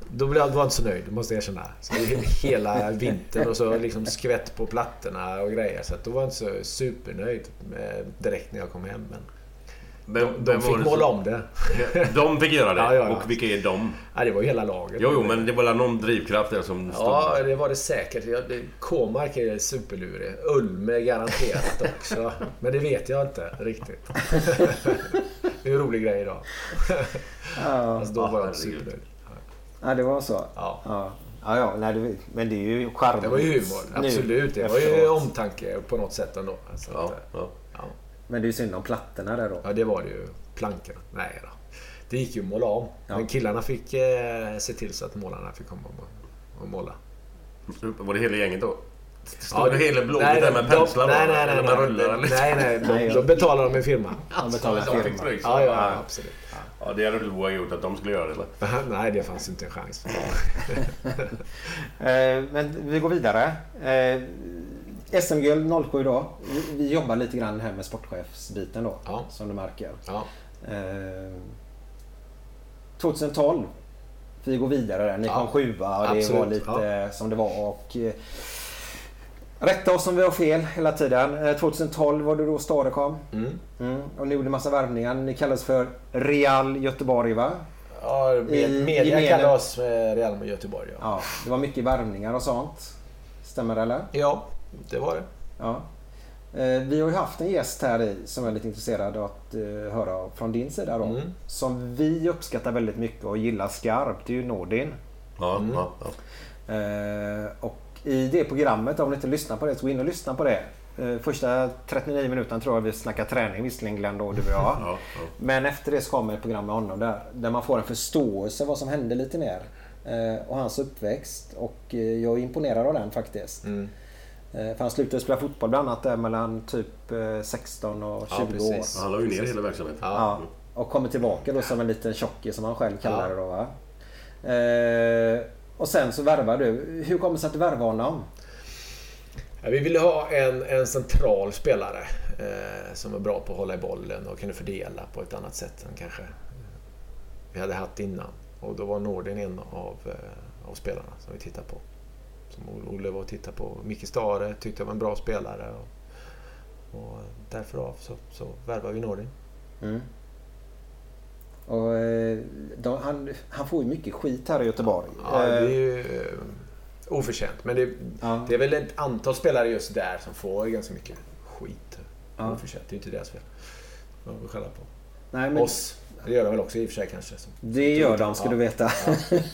Då blev jag var inte så nöjd, måste jag erkänna. Så hela vintern och så liksom skvätt på plattorna och grejer. Så att då var jag inte så supernöjd med direkt när jag kom hem. Men de, de, de fick måla om det. De fick göra det? Ja, ja, ja. Och vilka är de? Ja, det var ju hela laget. Jo, jo, men det var någon drivkraft där som stod. Ja, det var det säkert. K-mark är superlurig. Ulme garanterat också. Men det vet jag inte riktigt. Det är en rolig grej idag. Ja, alltså, då var jag ja, supernöjd. Ja, det var så. Ja. Ja, ja, ja nej, det, men det är ju charmigt. Det var ju humor, absolut. Det var ju omtanke på något sätt ändå. Alltså, ja, ja. Ja. Men det är ju synd om plattorna där då. Ja, det var det ju. Plankorna. Nej då. Det gick ju att måla om. Ja. Men killarna fick eh, se till så att målarna fick komma och, och måla. Var det hela gänget då? Stod Ja, det hela blodet där med penslar? Nej, nej, nej. Eller med rullar? Nej, nej. nej. De, de betalar de en firma. De betalar en firma. Ja, ja, absolut. Ja, det hade du gjort att de skulle göra det, eller? Nej, det fanns inte en chans. Men vi går vidare. S M-guld noll sju då. Vi, vi jobbar lite grann här med sportchefsbiten då, ja. Som du märker. Ja. tjugohundratolv. Vi går vidare där. Ni ja. kom sjua och det absolut. var lite ja. som det var. Och rätta oss om vi har fel hela tiden. tjugohundratolv var det då Stare kom. Mm. Mm. Och ni gjorde massa värvningar. Ni kallas för Real Göteborg, va? Ja, med, media kallar oss Real med Göteborg. Ja. Ja, det var mycket värvningar och sånt. Stämmer det, eller? Ja, det var det. Ja. Vi har ju haft en gäst här i som är lite intresserad av att höra från din sida då. Mm. Som vi uppskattar väldigt mycket och gillar skarpt. Det är ju Nordin. Ja, mm. ja, ja. Och i det programmet, om ni inte lyssnar på det, så gå in och lyssna på det. Första trettionio minuter tror jag vi snackar träning, visserligen Glenn då, du och jag. ja, ja. Men efter det så kommer ett program med honom där, där man får en förståelse av vad som hände lite mer. Och hans uppväxt. Och jag är imponerad av den faktiskt. Mm. För han slutade spela fotboll bland annat där mellan typ sexton och tjugo ja, år. Han la ju ner hela verksamheten. Ja. Ja. Och kommer tillbaka då som en liten tjockis som han själv kallar det då, va? Eh, och sen så värvar du. Hur kommer det sig att du värvar honom? Ja, vi ville ha en, en central spelare eh, som är bra på att hålla i bollen och kunde fördela på ett annat sätt än kanske vi hade haft innan. Och då var Nordin en av, eh, av spelarna som vi tittade på. Som Olle var och tittade på. Micke Stare tyckte jag var en bra spelare. Och, och därför av så, så värvar vi Nordin. Mm. Och de, han, han får ju mycket skit här i Göteborg. Ja, det är ju eh, oförtjänt. Men det, ja. det är väl ett antal spelare just där som får ganska mycket skit. Ja. Oförtjänt, det är inte deras fel. Det får vi skälla på. Nej, men... Oss. Det gör de väl också i och för sig kanske. Det gör de, ska ja. du veta. Ja.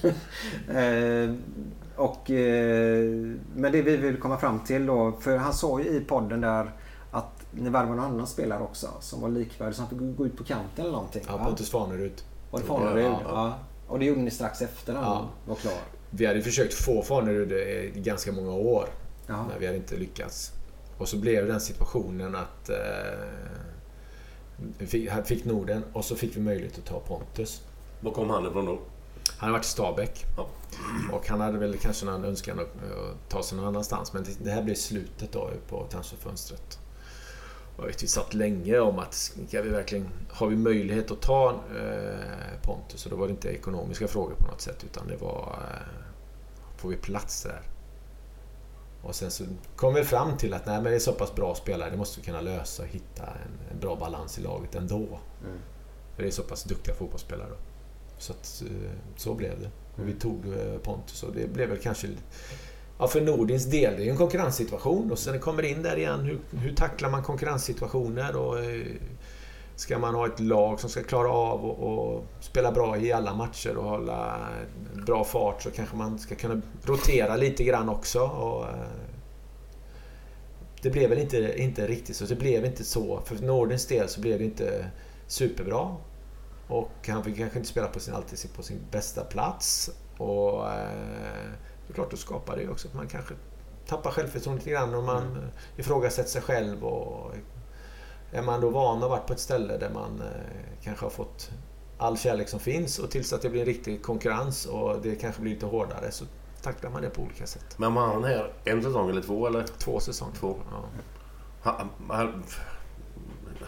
eh, och, eh, men det vi vill komma fram till då, för han sa ju i podden där att ni värvade någon annan spelare också som var likvärdig, som fick gå ut på kanten eller någonting. Ja, Pontus Farnerud. Var det Farnerud? Ja, ja. Och det gjorde ni strax efter när ja. han var klar. Vi hade försökt få Farnerud i ganska många år. Ja. Men vi hade inte lyckats. Och så blev den situationen att eh, vi fick, fick Norden och så fick vi möjlighet att ta Pontus. Var kom han ifrån då? Han har varit i Stabäck. Ja. Och han hade väl kanske någon önskan att ta sig någon annanstans. Men det här blev slutet då på transferfönstret. Och vi satt länge om att ska vi verkligen, har vi möjlighet att ta eh, Pontus? Och då var det inte ekonomiska frågor på något sätt, utan det var eh, får vi plats där? Och sen så kom vi fram till att nej, men det är så pass bra spelare, det måste vi kunna lösa och hitta en, en bra balans i laget ändå. Mm. För det är så pass duktiga fotbollsspelare då. Så att, så blev det. Och vi tog Pontus och det blev väl kanske, ja, för Nordins del, det är ju en konkurrenssituation och sen kommer in där igen, hur, hur tacklar man konkurrenssituationer och ska man ha ett lag som ska klara av och, och spela bra i alla matcher och hålla bra fart, så kanske man ska kunna rotera lite grann också. Och det blev väl inte, inte riktigt så, det blev inte så, för Nordins del så blev det inte superbra. Och han fick kanske inte spela på sin, alltid på sin bästa plats. Och eh, det är klart, då skapar det också att man kanske tappar självförtroende lite grann och man mm. ifrågasätter sig själv. Och är man då van att ha varit på ett ställe där man eh, kanske har fått all kärlek som finns och tills att det blir en riktig konkurrens och det kanske blir lite hårdare, så tacklar man det på olika sätt. Men var han här en säsong eller två? Eller? Två säsonger. Två. Ja. Han, han,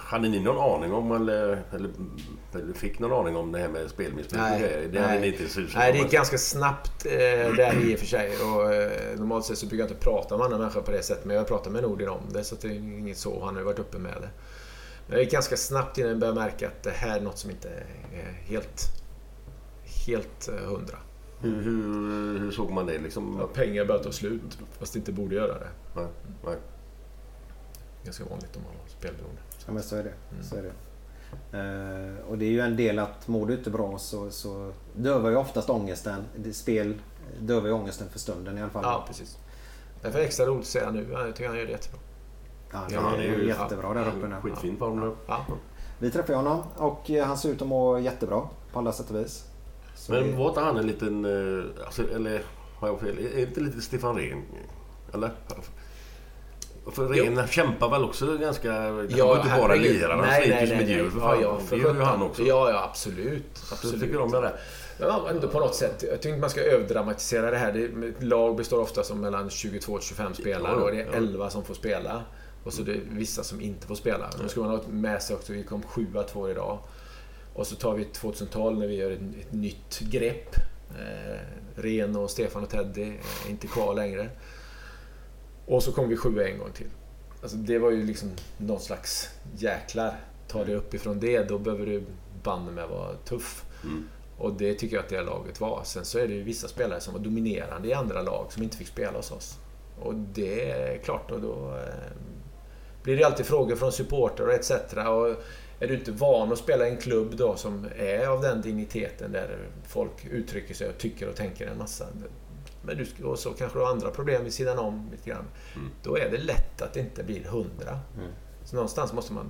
hade ni någon aning om eller, eller, eller fick någon aning om det här med spelmissbruk? Nej, det hade ni inte susat. Nej, det gick ganska snabbt eh, där i och för sig. Och, eh, normalt sett så brukar jag inte prata med andra människor på det sättet, men jag pratar med Nordin om det, så att det är inget så. Han har ju varit uppe med det. Men det gick ganska snabbt innan jag började märka att det här är något som inte är helt, helt eh, hundra. Hur, hur, hur såg man det? Liksom? Ja, pengar började ta slut, fast det inte borde göra det. Nej, nej. Ganska vanligt om man har spelberoende. Ja, men så är det. Mm. Så är det. Uh, och det är ju en del att mår du inte bra så, så dövar ju oftast ångesten. Det spel dövar ju ångesten för stunden i alla fall. Ja, precis. Därför är det extra roligt att säga nu. Jag tycker han gör det jättebra. Ja, ja, han är ju jättebra där uppe nu. Skitfin form nu. Ja. Vi träffade honom och han ser ut att må jättebra på alla sätt och vis. Så men det... var inte han en liten, alltså, eller har jag fel, är det inte lite Stefan Rehn? Eller? För Rehn kämpar väl också ganska, ja, var inte bara lirarna, han sliter som ett djur för fan. Ja, ja, för det gör ju han också. Ja, ja, absolut. absolut. tycker de det. Ja, ändå på något sätt. Jag tycker inte man ska övdramatisera det här. Det, lag består ofta som mellan tjugotvå till tjugofem spelare och det är elva som får spela. Och så det är vissa som inte får spela. Nu ska man ha med sig också, vi kom sjua två idag. Och så tar vi tjugohundratal när vi gör ett, ett nytt grepp. Eh, Ren och Stefan och Teddy är inte kvar längre. Och så kommer vi sjua en gång till. Alltså det var ju liksom någon slags jäklar. Ta det uppifrån det, då behöver du band med vara tuff. Mm. Och det tycker jag att det laget var. Sen så är det ju vissa spelare som var dominerande i andra lag som inte fick spela hos oss. Och det är klart, och då eh, blir det alltid frågor från supporter och et cetera. Och är du inte van att spela i en klubb då som är av den digniteten där folk uttrycker sig och tycker och tänker en massa, men du, och så kanske du har andra problem vid sidan om lite grann, mm. då är det lätt att det inte blir hundra. Mm. Så någonstans måste man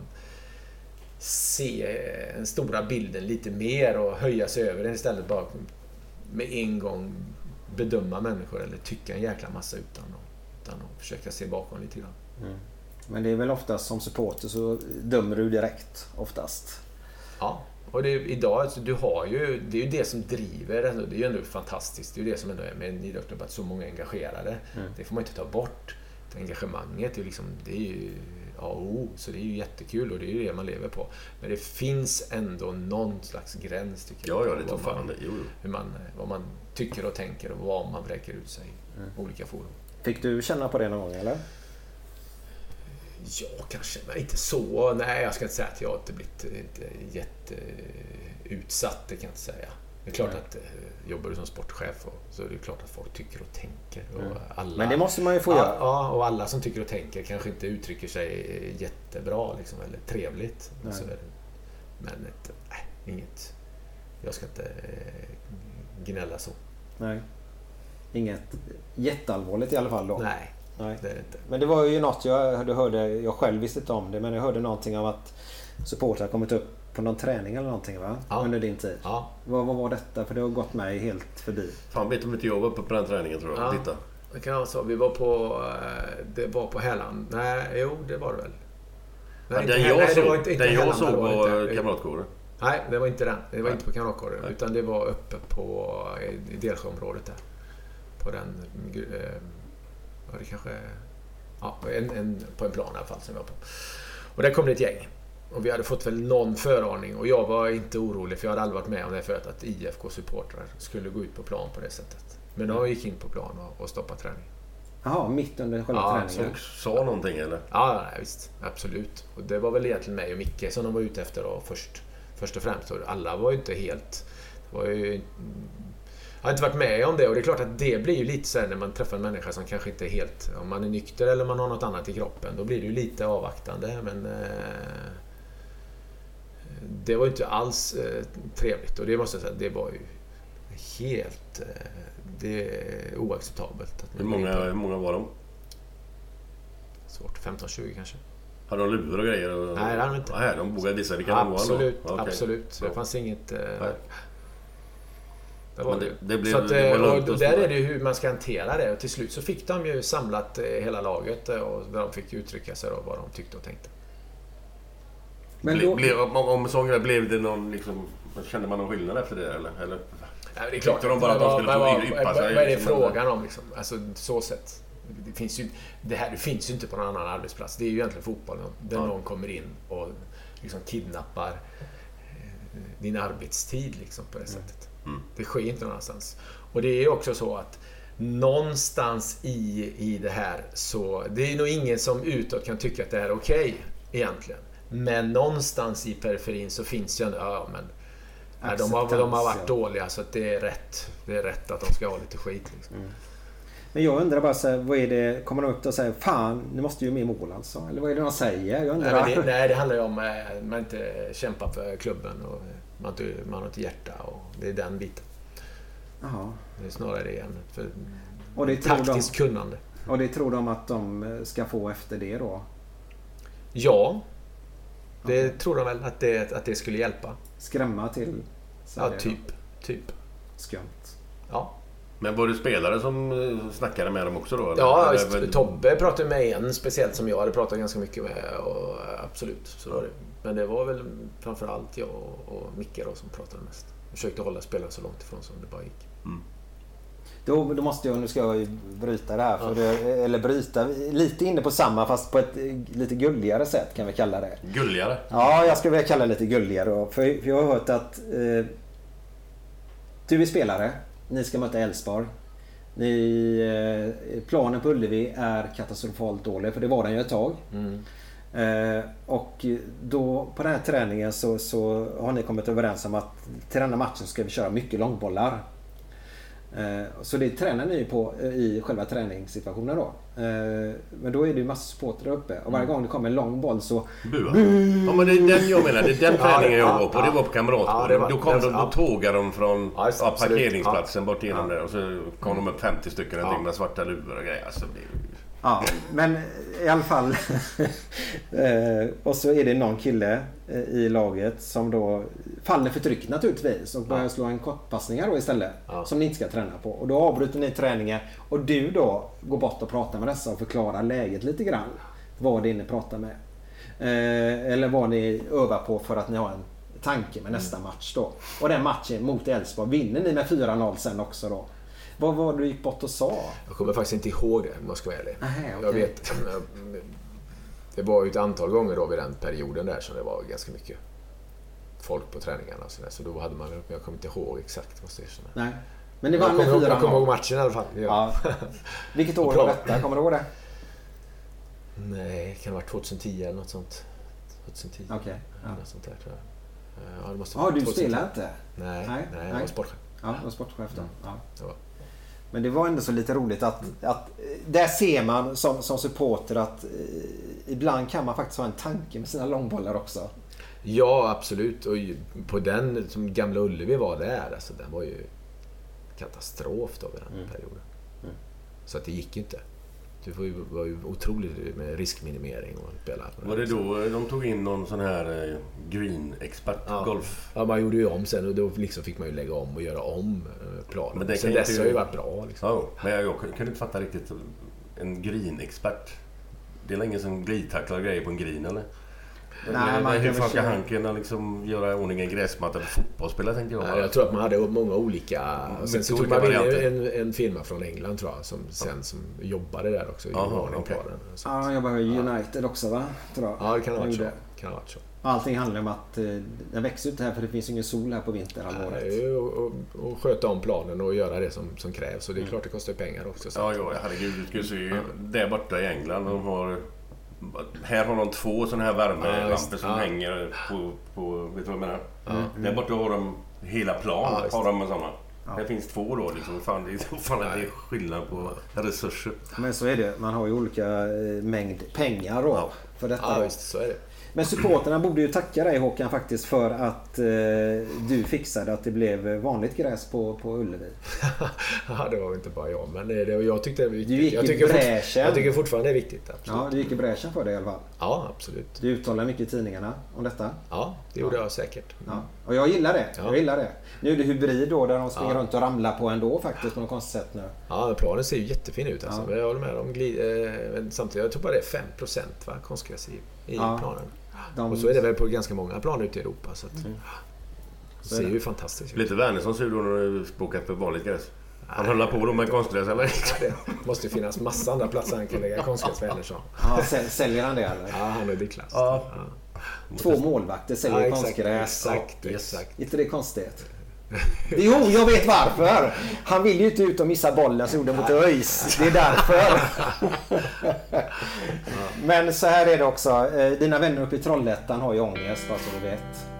se den stora bilden lite mer och höja sig över den istället, bara med en gång bedöma människor eller tycka en jäkla massa utan att, utan att försöka se bakom lite grann. Mm. Men det är väl oftast som supporter så dömer du direkt oftast. Ja, och det är, idag alltså, du har ju, det är ju det som driver, alltså, det är ju ändå fantastiskt, det är ju det som ändå är med en idrottsklubb, att så många är engagerade. Mm. Det får man inte ta bort. Det engagemanget är liksom, det är ju ja, oh, så det är ju jättekul och det är ju det man lever på. Men det finns ändå någon slags gräns tycker jag. Ja, ja, det tror fan det. Jo, jo. Hur man, vad man tycker och tänker och vad man vräker ut sig i mm. olika forum. Fick du känna på det någon gång eller? Ja, kanske, men inte så. Nej, jag ska inte säga att jag inte blivit inte jätteutsatt, det kan jag inte säga. Det är klart mm. att eh, jobbar du som sportchef och, så är det klart att folk tycker och tänker. Och mm. alla, men det måste man ju få ja, göra. Ja, och alla som tycker och tänker kanske inte uttrycker sig jättebra liksom, eller trevligt. Så är det. Men ett, nej, inget. Jag ska inte eh, gnälla så. Nej. Inget jätteallvarligt i alla fall då. Nej. Nej, det är det inte. Men det var ju något jag, du hörde, jag själv visste inte om det, men jag hörde någonting om att supportrar kommit upp på någon träning eller någonting va? Ja. Under din tid. Ja. Vad, vad var detta? För det har gått mig helt förbi. Fan, vet du om inte jag var uppe på den träningen tror jag. Ja. Titta. Det kan vara så. Vi var på, det var på Härland. Nej, jo det var det väl. Nej, ja, den jag, nej, såg, det var inte, inte den jag såg var Kamratkåren. Nej, det var inte den. Det var nej. inte på Kamratkåren. Nej. Utan det var uppe på i Delsjöområdet där. På den, eh, var det kanske... Ja, en, en, på en plan i alla fall som vi var på. Och där kom det ett gäng. Och vi hade fått väl någon föraning. Och jag var inte orolig för jag hade aldrig varit med om det förut att I F K-supportrar skulle gå ut på plan på det sättet. Men de gick in på plan och, och stoppade träning. Jaha, mitt under själva ja, träningen? Sa någonting eller? Ja, nej, visst. Absolut. Och det var väl egentligen mig och Micke som de var ute efter då, först, först och främst. Och alla var ju inte helt... Det var ju... Jag har inte varit med om det och det är klart att det blir ju lite så här när man träffar en människa som kanske inte är helt, om man är nykter eller man har något annat i kroppen, då blir det ju lite avvaktande, men eh, det var ju inte alls eh, trevligt och det måste jag säga, det var ju helt eh, det är oacceptabelt. Att hur, många, hur många var de? Svårt, femton tjugo kanske. Hade de lurar och grejer? Och... Nej, det hade de inte. Nej, de vågade visa vilka de var. Absolut, okay. absolut. Det fanns inget... Eh, Det var det, det blev, så att, det var och, och där är det hur man ska hantera det och till slut så fick de ju samlat hela laget och de fick uttrycka sig då vad de tyckte och tänkte. Men då... Ble, om, om sångare blev det någon liksom, kände man någon skillnad efter det eller? eller? Ja, det är klart. De bara att de skulle vad, få yppa sig. Vad är det frågan om liksom? Alltså så sätt. Det finns ju det här det finns ju inte på någon annan arbetsplats. Det är ju egentligen fotboll där ja. någon kommer in och liksom kidnappar din arbetstid liksom på det sättet. Mm. Det sker inte någonstans. Och det är också så att någonstans i, i det här så det är nog ingen som utåt kan tycka att det är okej okay, egentligen. Men någonstans i periferin så finns ju ändå, ja men ja, de, har, de har varit dåliga så att det är rätt. Det är rätt att de ska ha lite skit liksom. Mm. Men jag undrar bara så här, vad är det, kommer de upp och säger fan, nu måste ju med mål alltså? Eller vad är det de säger? Jag undrar. Nej, det, nej, det handlar ju om att man inte kämpar för klubben och man, inte, man har ett hjärta och det är den biten. Aha. Det är snarare det än för och det taktiskt de, kunnande. Och det tror de att de ska få efter det då? Ja, det okay. tror de väl att det, att det skulle hjälpa. Skrämma till? Ja, typ. typ. Skumt. Ja. Men var det spelare som snackade med dem också då? Eller? Ja, eller väl... Tobbe pratade med en speciellt som jag hade pratat ganska mycket med. Och absolut, så var det. Men det var väl framförallt jag och Micke då som pratade mest. Jag försökte hålla spelaren så långt ifrån som det bara gick. Mm. Då, då måste jag, nu ska jag ju bryta det här. För ja. det, eller bryta, lite inne på samma fast på ett lite gulligare sätt kan vi kalla det. Gulligare? Ja, jag skulle vilja kalla det lite gulligare. Då, för, för jag har hört att eh, du är spelare. Ni ska möta Elfsborg. Ni, eh, planen på Ullevi är katastrofalt dålig, för det var den ju ett tag. Mm. Eh, och då på den här träningen så, så har ni kommit överens om att till denna matchen ska vi köra mycket långbollar. Eh, så det tränar ni på i själva träningssituationen då. Eh, men då är det ju massa supportrar uppe och varje gång det kommer en lång boll så bua. Ja, men det är den jag menar, det är den träningen jag var på. Det var på Kamratgården. Ja, då kom de, då tågade de från ja, ja, parkeringsplatsen ja. bort igenom ja. där och så kom de upp femtio stycken ja. med svarta luvor och grejer. Alltså, det... Ja, men i alla fall och så är det någon kille i laget som då faller för tryck naturligtvis och börjar ja. slå en kortpassningar då istället ja. som ni inte ska träna på. Och då avbryter ni träningen och du då går bort och pratar med dessa och förklarar läget lite grann. Vad det är ni pratar med. Eh, eller vad ni övar på för att ni har en tanke med nästa mm. match då. Och den matchen mot Elfsborg vinner ni med fyra noll sen också då. Vad var det du gick bort och sa? Jag kommer faktiskt inte ihåg det, om jag ska vara ärlig. Aha, okay. Jag vet, det var ju ett antal gånger då vid den perioden där så det var ganska mycket folk på träningarna och sådär. Så då hade man, jag kommer inte ihåg exakt vad det är. Nej, men det var med fyra. Jag kommer ihåg matchen i alla fall. Ja. Ja. Vilket år var detta? Kommer du ihåg det? Nej, det kan ha varit tjugohundratio eller något sånt. tjugohundratio. Okej. Okay. Ja. Något sånt där tror jag. Ja, det måste ja du spelar inte? Nej, nej, nej, jag var sportchef. Ja, jag var sportchef då. Ja. Ja. Men det var ändå så lite roligt att, att där ser man som, som supporter att eh, ibland kan man faktiskt ha en tanke med sina långbollar också. Ja, absolut. Och på den som gamla Ullevi var där, alltså den var ju katastrof då vid den mm. perioden. Mm. Så att det gick inte. Det var ju, var ju otroligt med riskminimering och spela. Var det då de tog in någon sån här eh, green-expert ja. golf? Ja, man gjorde ju om sen och då liksom fick man ju lägga om och göra om planen. Men det sen dess ju... har ju varit bra. Liksom. Ja, men jag, jag kunde inte fatta riktigt en green-expert. Det är ingen som glidtacklar grejer på en green, eller? Nej, man hur fan ska han kunna liksom göra ordning en gräsmatta för fotbollsspelare, tänkte jag. Nej, jag tror att man hade många olika... Och sen så tog man in en, en firma från England, tror jag, som sen som jobbade där också. Aha, okay. den, ja, han jobbar i United ja. också, va? Tror jag. Ja, det kan ha varit så. Kan ha varit så. Allting handlar om att eh, den växer ut här för det finns ingen sol här på vinterhalvåret. Ja, och, och, och sköta om planen och göra det som, som krävs. Och det är klart det kostar pengar också. Så. Ja, ja, herregud. Du ska se ja. där borta i England. De har... Här har de två sådana här värmelampor ja, som ja. hänger på, på, vet du vad jag menar? Mm. Där borta har de hela plan, ja, har de med sådana. Ja. Här finns två då, liksom. Fan, det är, fan, det är skillnad på resurser. Men så är det, man har ju olika mängd pengar då, ja. för detta. Ja, visst, så är det. Men supporterna borde ju tacka dig, Håkan, faktiskt för att eh, du fixade att det blev vanligt gräs på, på Ullevi. Ja, det var inte bara jag, men det, det, jag tyckte det var viktigt. Du gick jag, i tycker bräschen. jag tycker fortfarande det är viktigt. Absolut. Ja, du gick i bräschen för det i alla fall. Ja, absolut. Du uttalar mycket i tidningarna om detta. Ja, det gjorde ja. jag säkert. Ja. Och jag gillar det. Ja. Jag gillar det. Nu är det hybrid då, där de springer ja. runt och ramlar på ändå faktiskt på något konstigt sätt nu. Ja, men planen ser ju jättefin ut alltså. Ja. Jag håller med om glid, eh, samtidigt, jag tror bara det är fem procent va, konstgräs i, i ja. planen. De... Och så är det väl på ganska många plan ute i Europa. Så att, mm. det ser ju fantastiskt ut. Lite Wernersson ser du när du språkar för vanligt gräs. Han håller på då med konstgräs, eller? Ja, det måste ju finnas massa andra platser han kan lägga konstgräs för Wernersson. Ja, säljer han det eller? Ja, han är diklass. Ja. Två målvakter säljer ja, konstgräs. Exakt, exakt. Inte det konstigt? Jo, jag vet varför. Han vill ju inte ut och missa bollen så gjorde mot ÖIS. Det är därför. Men så här är det också. Dina vänner uppe i Trollhättan har ju ångest, bara så du vet.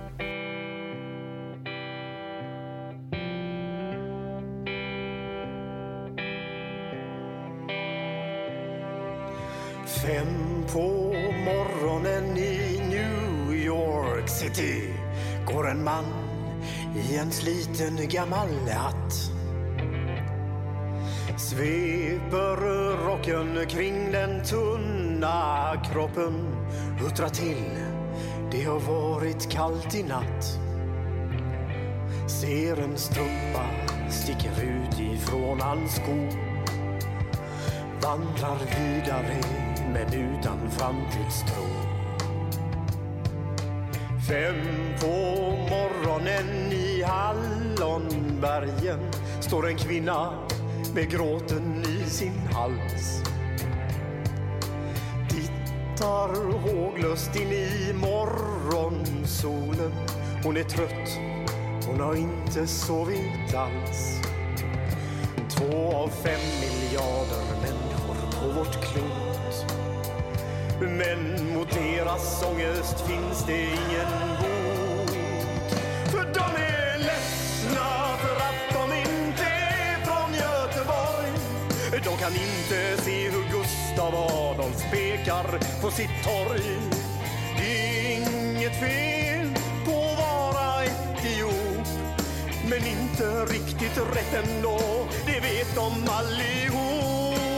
Fem på morgonen i New York City går en man i en sliten gammal hatt. Sveper rocken kring den tunna kroppen. Huttrar till, det har varit kallt i natt. Ser en strumpa sticker ut ifrån hans sko. Vandrar vidare men utan framtidstro. Fem på morgonen i Hallonbergen står en kvinna med gråten i sin hals. Tittar håglöst in i morgonsolen. Hon är trött, hon har inte sovit alls. Två av fem miljarder människor på vårt klot. Men mot deras ångest finns det ingen bot. För de är ledsna för att de inte är från Göteborg. De kan inte se hur Gustav Adolf pekar på sitt torg. Det är inget fel på att vara etiop, men inte riktigt rätt ändå, det vet de allihop.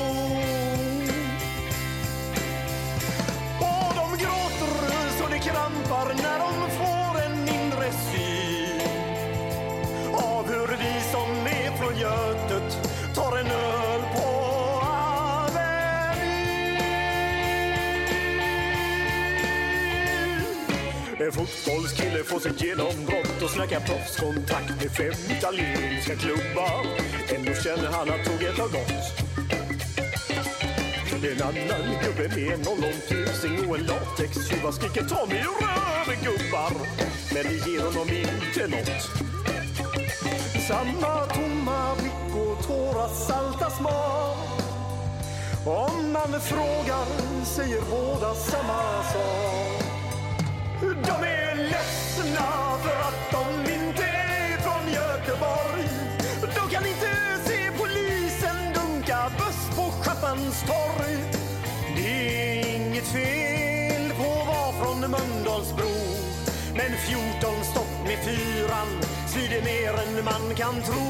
Och de gråter så det krampar när de får en inre syn av hur vi som är från Götet tar en öl på En fotbollskille får sitt genombrott och snackar proffskontakt med fem italienska klubbar. Ändå känner han att tåget har gått. En annan gubbe med en ollontusing och en latextjuva skriker ta mig röve gubbar. Men det ger honom inte något. Samma tomma blick och tårar salta smak. Om man frågar säger båda samma sak. De är ledsna för att de inte är från Göteborg. De kan inte se polisen dunka buss på Schappans torg. Det är inget fel på att vara från Mölndalsbro, men fjorton stopp med fyran svider mer än man kan tro.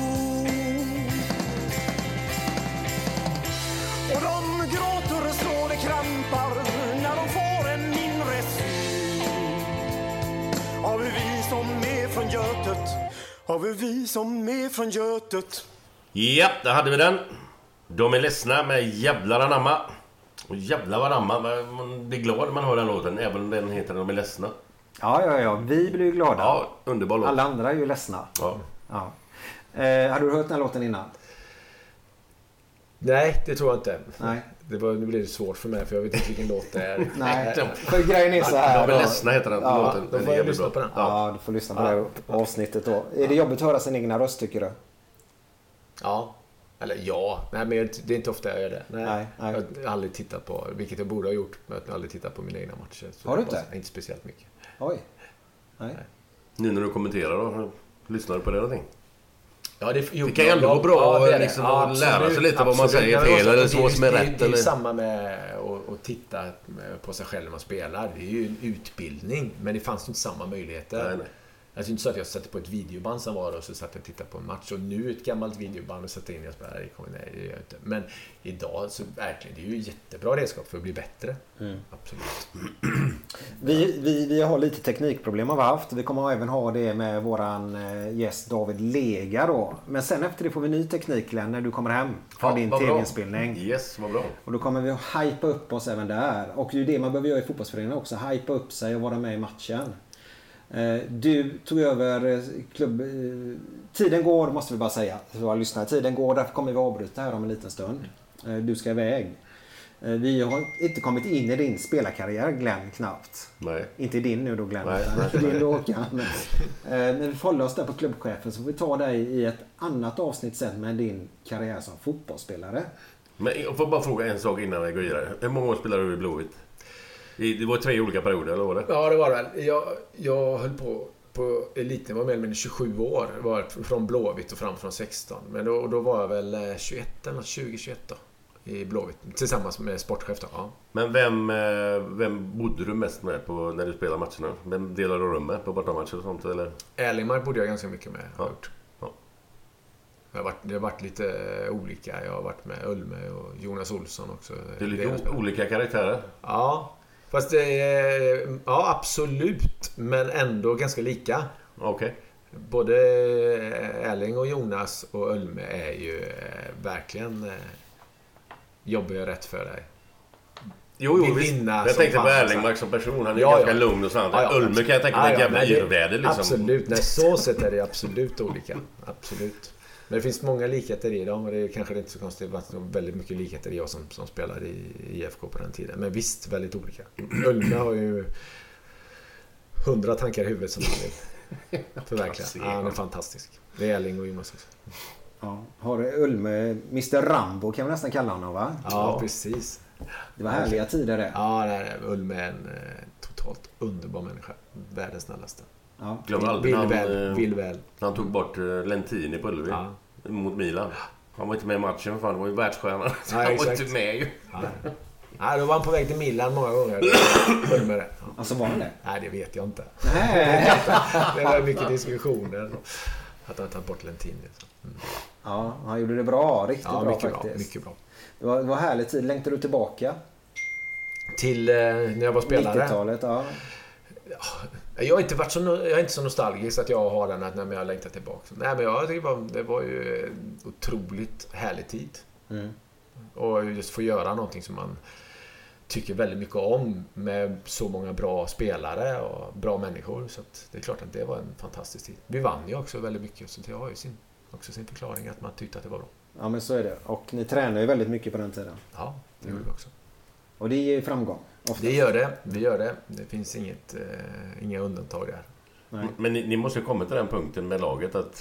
Och de gråter så det krampar när de får en inre syn av vi som är från Götet, av vi som är från Götet. Ja, där hade vi den. De är ledsna med jävlar anamma. Och jävlar anamma, man blir glad när man hör den låten, även om den heter De är ledsna. Ja, ja, ja, vi blir ju glada. Ja, underbar låt. Alla andra är ju ledsna. Ja. Ja. Eh, har du hört den här låten innan? Nej, det tror jag inte. Nej. Det var, nu blir det svårt för mig för jag vet inte vilken låt det är. Nej, för grejen är så här. De är ledsna heter den ja, låten. Då får jag lyssna på den. Ja, du får lyssna på ja. det här avsnittet då. Är det jobbigt att höra sin egna röst, tycker du? Ja. Eller ja, nej, men det är inte ofta jag gör det. Nej, nej, nej. Jag har aldrig tittat på, vilket jag borde ha gjort, men jag har aldrig tittat på mina egna matcher. Så har du inte? Bara, inte speciellt mycket. Oj. Nej. nej. Nu när du kommenterar då, lyssnar du på det någonting? Ja, det, jo, det kan ju ändå gå bra ja, att liksom ja, lära sig lite absolut. vad man säger fel eller så som är det, rätt. Det, det är eller? samma med att, att titta på sig själv när man spelar. Det är ju en utbildning, men det fanns inte samma möjligheter. Nej, nej. Alltså inte så att jag satte på ett videoband som var och så satt jag och tittade på en match och nu ett gammalt videoband och satte in och spelade. Nej, det gör jag inte. Men idag så verkligen, det är ju jättebra redskap för att bli bättre. Mm. Absolut. Vi, vi, vi har lite teknikproblem har vi haft. Vi kommer även ha det med våran gäst David Lega då. Men sen efter det får vi ny teknik när du kommer hem från ja, din tv-inspelning. Yes, vad bra. Och då kommer vi att hypa upp oss även där. Och det är det man behöver göra i fotbollsföreningen också. Hypa upp sig och vara med i matchen. Du tog över klubb. Tiden går, måste vi bara säga. Så lyssna. Tiden går, därför kommer vi avbryta här om en liten stund. Du ska iväg. Vi har inte kommit in i din spelarkarriär, Glenn, knappt. Nej. Inte din nu då, Glenn. Nej, utan din då, Håkan. Men, eh, när vi håller oss där på klubbchefen så får vi ta dig i ett annat avsnitt sen med din karriär som fotbollsspelare. Men jag får bara fråga en sak innan vi går vidare. Hur många år spelade du i Blåvitt? Det var tre olika perioder, eller var det? Ja, det var det väl. Jag, jag höll på på eliten, var med med tjugosju år. Var från Blåvitt och fram från sexton. Men då, då var jag väl tjugoett eller tjugo tjugoett då. I Blåvitt, tillsammans med sportchef då. Ja. Men vem, vem bodde du mest med på när du spelade matcherna? Vem delade du rum med på bortamatcher och sånt? Eller? Erlingmark bodde jag ganska mycket med. Ja. Ja. Jag har varit, det har varit lite olika. Jag har varit med Ulme och Jonas Olsson också. Det är lite olika karaktärer. Ja, fast det är, ja, absolut. Men ändå ganska lika. Okej. Okay. Både Erling och Jonas och Ulme är ju verkligen... jobbar jag rätt för dig. Jo, jo visst. Jag tänkte på Erlingmark som person. Han är ja, ganska ja. lugn och sånt. Ja, ja, Ulme kan jag tänka mig ja, ja, jävla yrväder liksom. Absolut. Nej, så sätt är det absolut olika. Absolut. Men det finns många likheter i dem. Och det är kanske inte så konstigt. Det var väldigt mycket likheter i jag som, som spelade i I F K på den tiden. Men visst, väldigt olika. Ulme har ju hundra tankar i huvudet som han vill förverkliga. Ja, han är fantastisk. Det är Erling och Jonas också. Ja, har Ulme mister Rambo kan man nästan kalla honom, va? Ja, ja. Precis. Det var härliga tider det. Ja, det är, Ulme är en eh, totalt underbar människa. Världens snällaste. Ja. Glömmer aldrig vill när han, väl, vill väl. han tog bort eh, Lentini på Ullevi ja. mot Milan. Han var inte med i matchen för han var ju världsstjärna. Ja, han var inte med ju. Ja. Ja, då var han på väg till Milan många gånger. Ulme det. Ja. Alltså var han det? Nej, det vet jag inte. Nej. Det var mycket diskussioner. Att han tagit bort Lentini. Mm. Ja, han gjorde det bra. Riktigt ja, bra mycket faktiskt. Bra, mycket bra. Det var, det var härlig tid. Längtar du tillbaka? Till eh, när jag var spelare? nittiotalet, ja. ja. Jag har inte varit så, jag är inte så nostalgisk att jag har den att när jag längtar tillbaka. Nej, men jag tycker bara, det var ju otroligt härlig tid. Mm. Och just få göra någonting som man tycker väldigt mycket om med så många bra spelare och bra människor. Så att det är klart att det var en fantastisk tid. Vi vann ju också väldigt mycket, så det har ju sin, också sin förklaring att man tyckte att det var bra. Ja, men så är det. Och ni tränar ju väldigt mycket på den tiden. Ja, det gjorde vi också. Och det ger framgång? Oftast. Det gör det, det gör det. Det finns inget, eh, inga undantag där. Nej. Men ni, ni måste komma till den punkten med laget att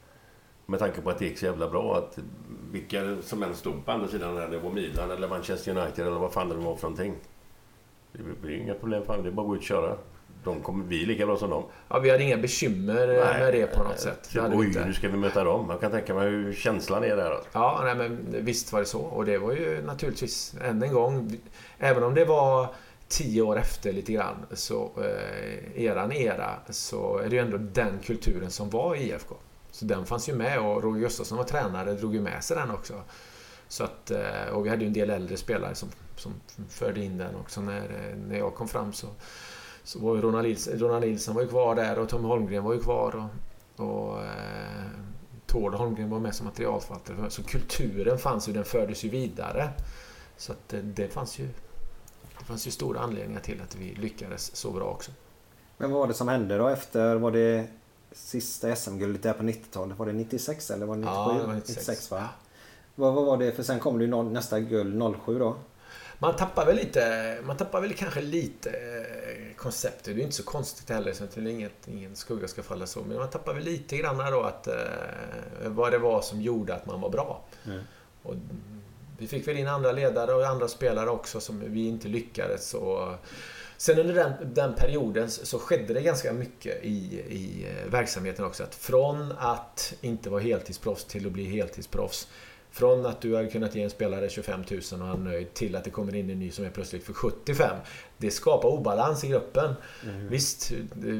med tanke på att det gick så jävla bra att vilka som än stod på andra sidan när det var Milan eller Manchester United eller vad fan det var för någonting. Det blir inga problem, fan. Det är bara att gå ut och köra. De kommer bli lika bra som dem. Ja, vi hade inga bekymmer nej, med det på något sätt. Typ, oj, inte. Nu ska vi möta dem. Man kan tänka mig hur känslan är där. Alltså. Ja, nej, men visst var det så. Och det var ju naturligtvis än en gång, även om det var tio år efter lite grann, så eh, eran era, så är det ju ändå den kulturen som var i I F K. Så den fanns ju med och Roger Gustafsson var tränare, drog ju med sig den också. Så att, och vi hade ju en del äldre spelare som, som förde in den också. När, när jag kom fram så, så var ju Ronald Nilsson, Ronald Nilsson var ju kvar där och Tom Holmgren var ju kvar och, och eh, Tord Holmgren var med som materialfattare. Så kulturen fanns ju, den fördes ju vidare. Så att det, det fanns ju det fanns ju stora anledningar till att vi lyckades så bra också. Men vad var det som hände då efter, var det sista S M-guldet där på nittiotalet? Var det nittiosex eller var det nittiosju? Ja, det var nittiosex. nittiosex, va? Vad, vad var det? För sen kom det ju noll, nästa guld noll sju då. Man tappar väl lite, man tappar väl kanske lite konceptet. Det är ju inte så konstigt heller, så att inget, ingen skugga ska falla så. Men man tappar väl lite grann då att eh, vad det var som gjorde att man var bra. Mm. Och vi fick väl in andra ledare och andra spelare också som vi inte lyckades. Och sen under den, den perioden så skedde det ganska mycket i, i verksamheten också. Att från att inte vara heltidsproffs till att bli heltidsproffs. Från att du har kunnat ge en spelare tjugofem tusen och han är nöjd till att det kommer in en ny som är plötsligt för sjuttiofem. Det skapar obalans i gruppen. Mm. Visst,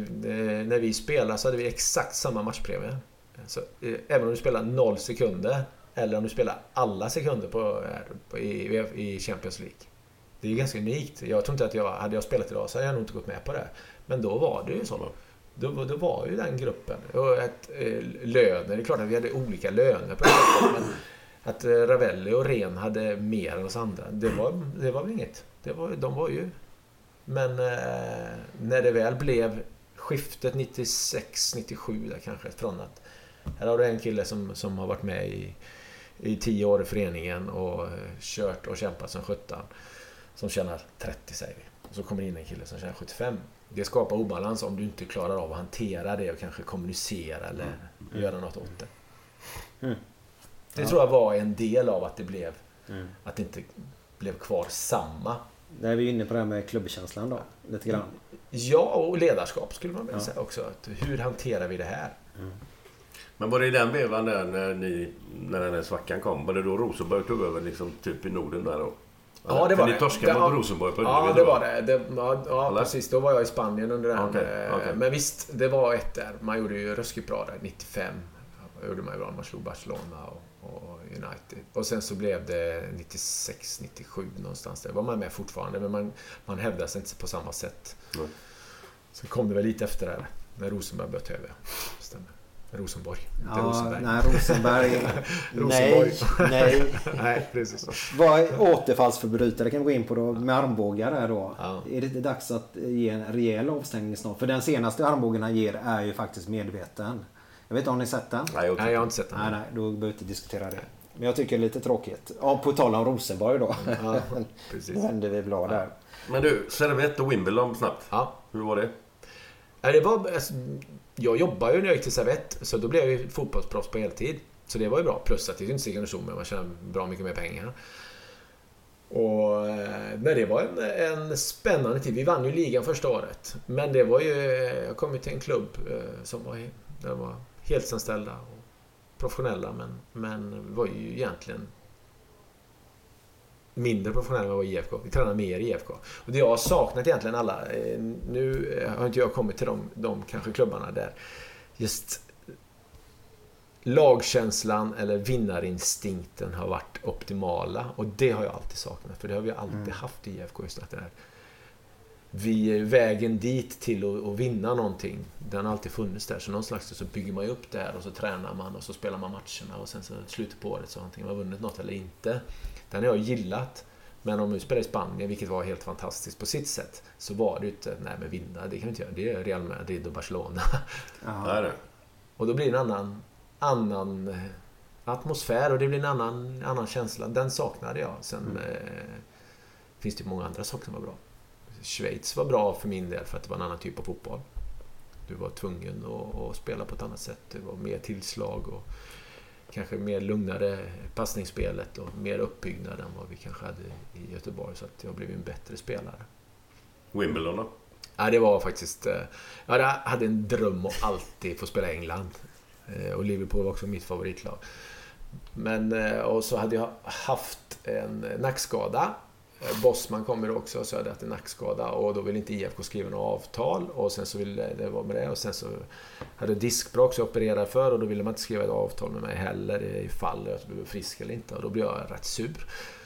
när vi spelar så hade vi exakt samma matchpremie. Så, även om du spelar noll sekunder eller om du spelar alla sekunder på, på, i, i Champions League. Det är ganska unikt. Jag tror inte att jag, hade jag spelat idag så hade jag nog inte gått med på det. Men då var det ju så. Då, då var ju den gruppen. Och ett, eh, löner, det är klart att vi hade olika löner på det, men att Ravelli och Ren hade mer än oss andra, det var, det var väl inget. Det var, de var ju... Men eh, när det väl blev skiftet nittiosex nittiosju där kanske, från att här har du en kille som, som har varit med i, i tio år i föreningen och kört och kämpat som sjutton som tjänar trettio säger vi. Och så kommer in en kille som tjänar sjuttiofem. Det skapar obalans om du inte klarar av att hantera det och kanske kommunicera eller mm. göra något åt det. Mm. Det ja. tror jag var en del av att det blev mm. att det inte blev kvar samma. Där är vi inne på det här med klubbkänslan då, lite grann. Ja, och ledarskap skulle man väl ja. säga också. Att hur hanterar vi det här? Mm. Men var det i den vevan där när, ni, när den här svackan kom? Var det då Rosenborg tog över liksom typ i Norden där då? Ja, det var ni det. torskade mot ja, Rosenborg på Ja, det var det. det ja, ja precis. Då var jag i Spanien under den. Okay, okay. Men visst, det var ett där. Man gjorde ju ruskigt bra där. nittiofem gjorde man ju bra. Man slog Barcelona och, och United. Och sen så blev det nittiosex nittiosju någonstans. Där var man med fortfarande. Men man, man hävdade sig inte på samma sätt. Mm. Så kom det väl lite efter det här. När Rosenborg började ta över. Stämmer. Rosenborg. Ja, Rosenberg. Nej, Rosenberg. Rosenborg. Nej, nej. nej, precis. Vad återfallsförbrytare kan vi gå in på då med armbågar där då? Ja. Är det inte dags att ge en rejäl avstängning snart? För den senaste armbågen han ger är ju faktiskt medveten. Jag vet inte om ni sett den? Nej, jag, nej, jag har inte sett den. Nej, nej, då behöver vi inte diskutera det. Men jag tycker det är lite tråkigt. Ja, på tal om Rosenborg då. Ja, precis. Då hände vi blad där. Men du, Servette och Wimbledon snabbt. Ja. Hur var det? Ja, det var... Alltså, jag jobbar ju när jag gick till Servette, så då blev jag ju fotbollsproffs på heltid. Så det var ju bra. Plus att det är inte så men man tjänar bra mycket mer pengar. Och men det var en, en spännande tid. Vi vann ju ligan första året. Men det var ju... Jag kom ju till en klubb som var, där var heltidsanställda och professionella. Men, men var ju egentligen mindre professionella än vad var I F K. Vi tränade mer i I F K. Och det jag har saknat egentligen alla... Nu har inte jag kommit till de, de kanske klubbarna där just lagkänslan eller vinnarinstinkten har varit optimala. Och det har jag alltid saknat. För det har vi alltid mm. haft i I F K. Just att det är, vi är vägen dit till att, att vinna någonting. Den har alltid funnits där. Så någon slags så bygger man upp det här och så tränar man och så spelar man matcherna. Och sen så slutet på året så har man vunnit något eller inte. Den har jag gillat. Men om du spelar i Spanien, vilket var helt fantastiskt på sitt sätt, så var det inte, nej men vinna, det kan vi inte göra. Det är Real Madrid och Barcelona. Ja, det. Och då blir det en annan, annan atmosfär och det blir en annan, annan känsla. Den saknade jag. Sen mm. eh, finns det många andra saker som var bra. Schweiz var bra för min del för att det var en annan typ av fotboll. Du var tvungen att, att spela på ett annat sätt. Det var mer tillslag och kanske mer lugnare passningsspelet och mer uppbyggnad än vad vi kanske hade i Göteborg, så att jag blev en bättre spelare. Wimbledon då? Ja, det var faktiskt... Jag hade en dröm att alltid få spela i England. Och Liverpool var också mitt favoritlag. Men, och så hade jag haft en nackskada. Bosman kommer också och så hade jag haft en nackskada och då ville inte I F K skriva något avtal och sen så ville det vara med det och sen så hade diskbråck så jag opererade för och då ville man inte skriva ett avtal med mig heller ifall jag blev frisk eller inte och då blev jag rätt sur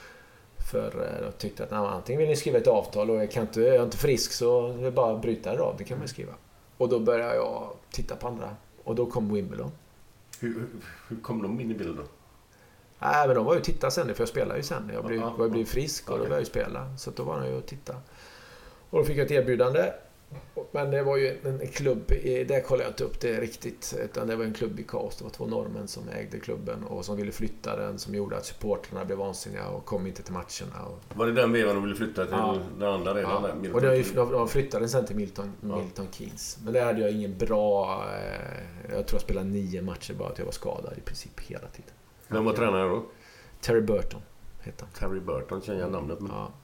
för jag tyckte att nej, antingen vill ni skriva ett avtal och jag, kan inte, jag är inte frisk så vill jag bara bryta det av, det kan man skriva och då började jag titta på andra och då kom Wimbledon. Hur, hur kom de in i bilden då? Nej, men de var ju titta sen, för jag spelade ju sen. Jag blev, ja, jag blev frisk och okay. Då var jag ju spela. Så då var jag ju att titta. Och då fick jag ett erbjudande. Men det var ju en klubb, där kollade jag inte upp det riktigt. Utan det var en klubb i kaos. Det var två norrmän som ägde klubben och som ville flytta den. Som gjorde att supporterna blev vansinniga och kom inte till matcherna. Och... Var det den vevan de ville flytta till ja. Den andra redan? Ja. Där, och de, de flyttade den sen till Milton, ja. Milton Keynes. Men där hade jag ingen bra... Eh, jag tror jag spelade nio matcher bara att jag var skadad i princip hela tiden. Vem var tränare då? Terry Burton heter han. Terry Burton känner jag namnet med. Ja.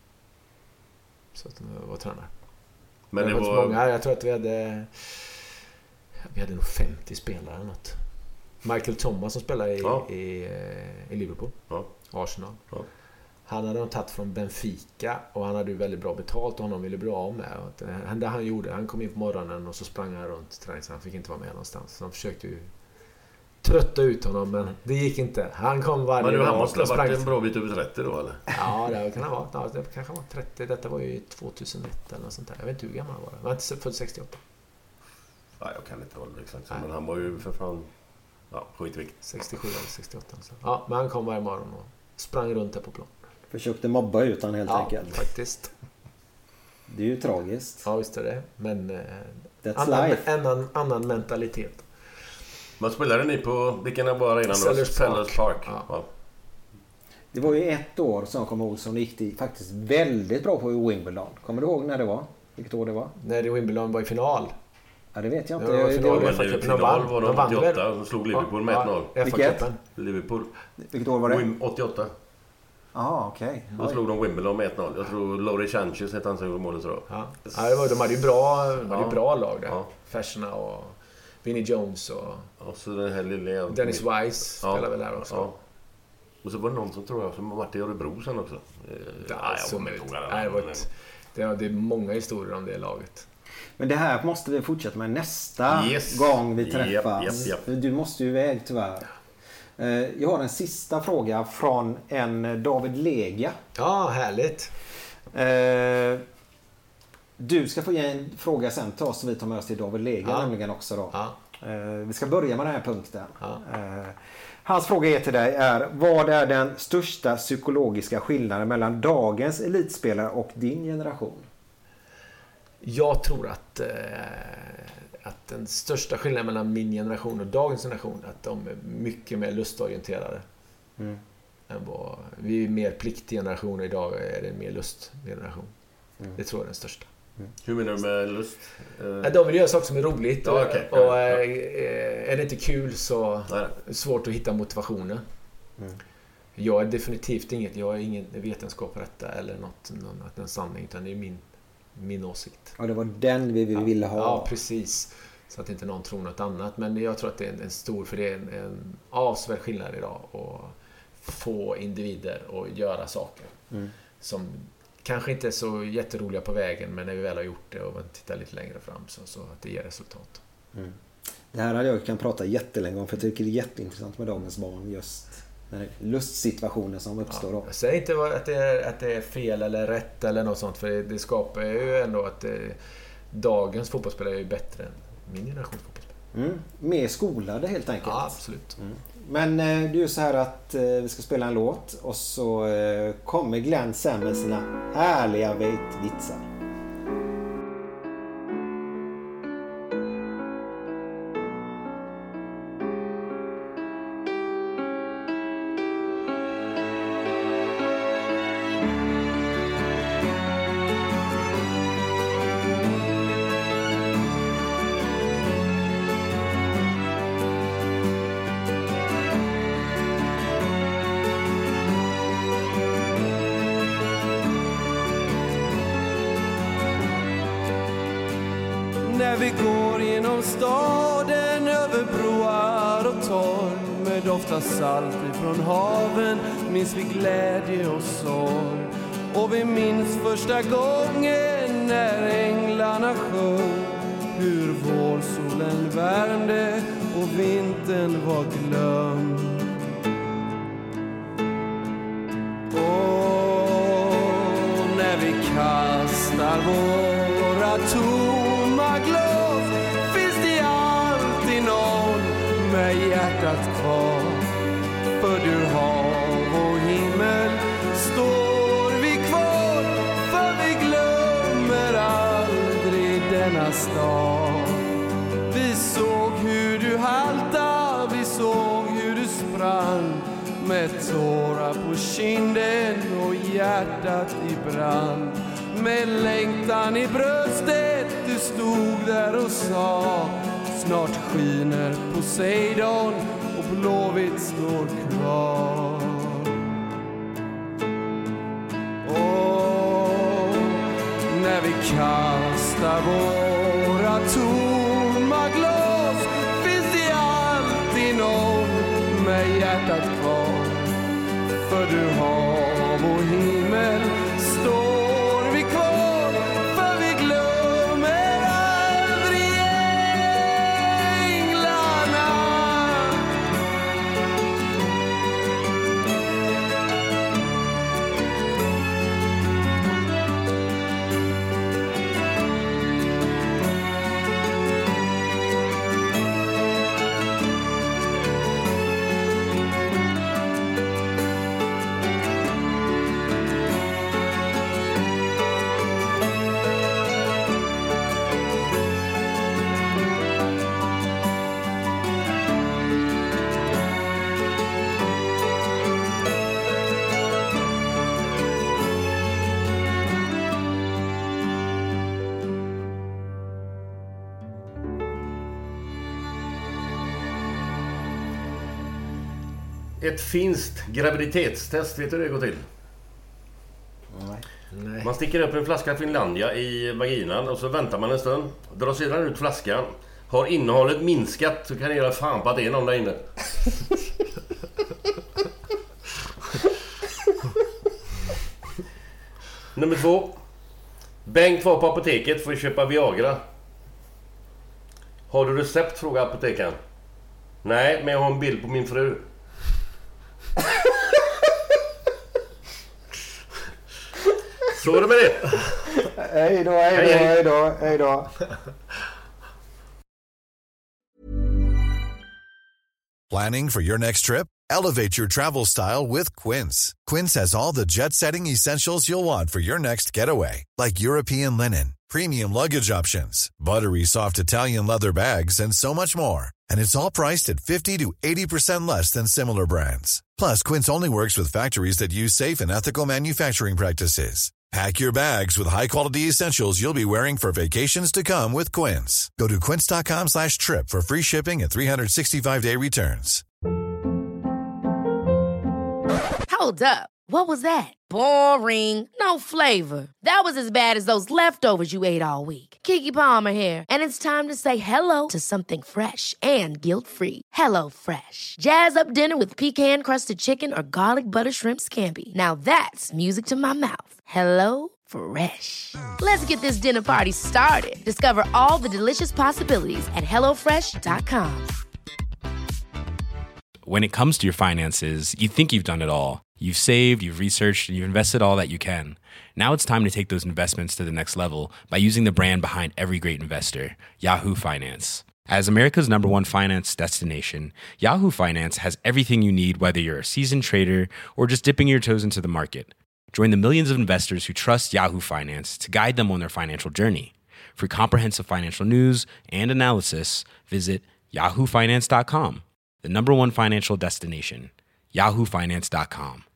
Så att han var tränare. Men det, det var... var många. Jag tror att vi hade vi hade nog femtio spelare eller något. Michael Thomas som spelar i, ja. i, i Liverpool. Ja. Arsenal. Ja. Han hade de tagit från Benfica och han hade ju väldigt bra betalt och honom ville bli av med. Det han gjorde, han kom in på morgonen och så sprang han runt träning så han fick inte vara med någonstans. Så de försökte ju trötta ut honom, men det gick inte. Han kom varje dag. Men du, han måste ha varit sprang... en bra bit över trettio då, eller? Ja, det kan han vara. Ja, det kanske var trettio. Detta var ju tjugohundraett eller något sånt där. Jag vet inte hur gammal han var. Han var inte född sextioåtta. Nej, jag kan inte hålla det exakt. Men han var ju för fan... Ja, skitvikt. sextiosju eller sextioåtta. Så. Ja, men han kom varje morgon och sprang runt där på plan. Försökte mobba ut han helt ja, enkelt. Ja, faktiskt. Det är ju tragiskt. Ja, visst är det. Men That's annan, life. annan, annan mentalitet. Man spelade ni på, vilken är bara redan då? Sellers Park. Park. Ja. Ja. Det var ju ett år som jag kommer ihåg som det gick det faktiskt väldigt bra på Wimbledon. Kommer du ihåg när det var? Vilket år det var? När det Wimbledon var i final. Ja, det vet jag inte. Det var Det- final. det- Men i final var de åttioåtta och slog Liverpool med ett noll. Vilket? Liverpool. Vilket år var det? Wim- åttioåtta. Ja, okej. Då slog de Wimbledon med ett noll. Jag tror Laurie Sanchez hette han som gjorde målet så. Ja. Ja, det var, de hade ju bra, de hade ju bra lag där. Ja. Fashioner och Vinnie Jones och Och så den här lilla... Dennis Wise Ja. spelade väl där också. Ja. Och så var det någon som tror jag som har varit i Örebro sen också. Ja, Ja, jag så kommer möjligt. inte ihåg alla Nej, det, var namn, ett, det, är, det är många historier om det laget. Men det här måste vi fortsätta med nästa Yes. gång vi Japp, träffas. japp, japp. För Du måste ju iväg tyvärr. Eh, Jag har en sista fråga från en David Lega. Ja, härligt. Eh, Du ska få ge en fråga sen till oss så vi tar med oss till David Lega Ja. nämligen också då. Ja. Eh, Vi ska börja med den här punkten. Ja. Eh, Hans fråga är till dig är: vad är den största psykologiska skillnaden mellan dagens elitspelare och din generation? Jag tror att, eh, att den största skillnaden mellan min generation och dagens generation är att de är mycket mer lustorienterade. Mm. Än vad, vi är mer pliktgeneration och idag är det en mer lustgeneration. Mm. Det tror jag är den största. Hur menar du med lust? Eh. De vill göra saker som är roligt. Ja, okay. Och, och eh, är det inte kul så Nej. är det svårt att hitta motivationen. Mm. Jag är definitivt inget, jag är ingen vetenskap på detta eller något, någon, någon sanning, utan det är min, min åsikt. Ja, det var den vi Ja, ville ha. Ja, precis. Så att inte någon tror något annat. Men jag tror att det är en, en stor, för det är en, en avsevärd skillnad idag att få individer att göra saker Mm. som kanske inte är så jätteroliga på vägen, men när vi väl har gjort det och man tittar lite längre fram så, så att det ger resultat. Mm. Det här hade jag kan prata jättelänge om, för jag tycker det är jätteintressant med dagens barn, just den här lustsituationen som uppstår. Ja, Då. jag säger inte att det, är, att det är fel eller rätt eller något sånt, för det, det skapar ju ändå att det, dagens fotbollsspelare är ju bättre än min generations fotbollsspelare. Mm. Mer skolade helt enkelt. Ja, absolut. Mm. Men eh, det är ju så här att eh, vi ska spela en låt och så eh, kommer Glenn sen med sina härliga vitsar. När vi går genom staden över broar och torg med doft av salt ifrån haven minns vi glädje och sorg. Och vi minns första gången när änglarna sjöng, hur vårsolen värmde och vintern var glömd. Och när vi kastar våra tomma glas finns det alltid någon med hjärtat kvar. För du hav och himmel står vi kvar, för vi glömmer aldrig denna stad. Vi såg hur du halta, vi såg hur du sprang med tårar på kinden och hjärtat i brand. Med längtan i bröstet du stod där och sa, snart skiner Poseidon och Blåvitt står kvar. Och när vi kastar våra tomma glas finns det alltid någon med hjärtat kvar. För du hav och himmel står vi kvar, för vi glömmer aldrig änglarna. Ett finskt graviditetstest, vet du hur det går till? Nej. Nej. Man sticker upp en flaska Finlandia i vaginan och så väntar man en stund. Drar sedan ut flaskan. Har innehållet minskat så kan ni göra fan på att det är någon där inne. Nummer två. Bengt var på apoteket för att köpa Viagra. Har du recept, frågar apotekaren. Nej, men jag har en bild på min fru. Så är det med det. Hej då, hej då, hej då, hej då. Planning for your next trip? Elevate your travel style with Quince. Quince has all the jet-setting essentials you'll want for your next getaway, like European linen, premium luggage options, buttery soft Italian leather bags, and so much more. And it's all priced at fifty to eighty percent less than similar brands. Plus, Quince only works with factories that use safe and ethical manufacturing practices. Pack your bags with high-quality essentials you'll be wearing for vacations to come with Quince. Go to quince.com slash trip for free shipping and three sixty-five day returns. Hold up. What was that? Boring. No flavor. That was as bad as those leftovers you ate all week. Keke Palmer here, and it's time to say hello to something fresh and guilt-free. Hello Fresh. Jazz up dinner with pecan-crusted chicken or garlic butter shrimp scampi. Now that's music to my mouth. Hello Fresh. Let's get this dinner party started. Discover all the delicious possibilities at hello fresh dot com. When it comes to your finances, you think you've done it all. You've saved, you've researched, and you've invested all that you can. Now it's time to take those investments to the next level by using the brand behind every great investor, Yahoo Finance. As America's number one finance destination, Yahoo Finance has everything you need, whether you're a seasoned trader or just dipping your toes into the market. Join the millions of investors who trust Yahoo Finance to guide them on their financial journey. For comprehensive financial news and analysis, visit yahoo finance dot com, the number one financial destination, yahoo finance dot com.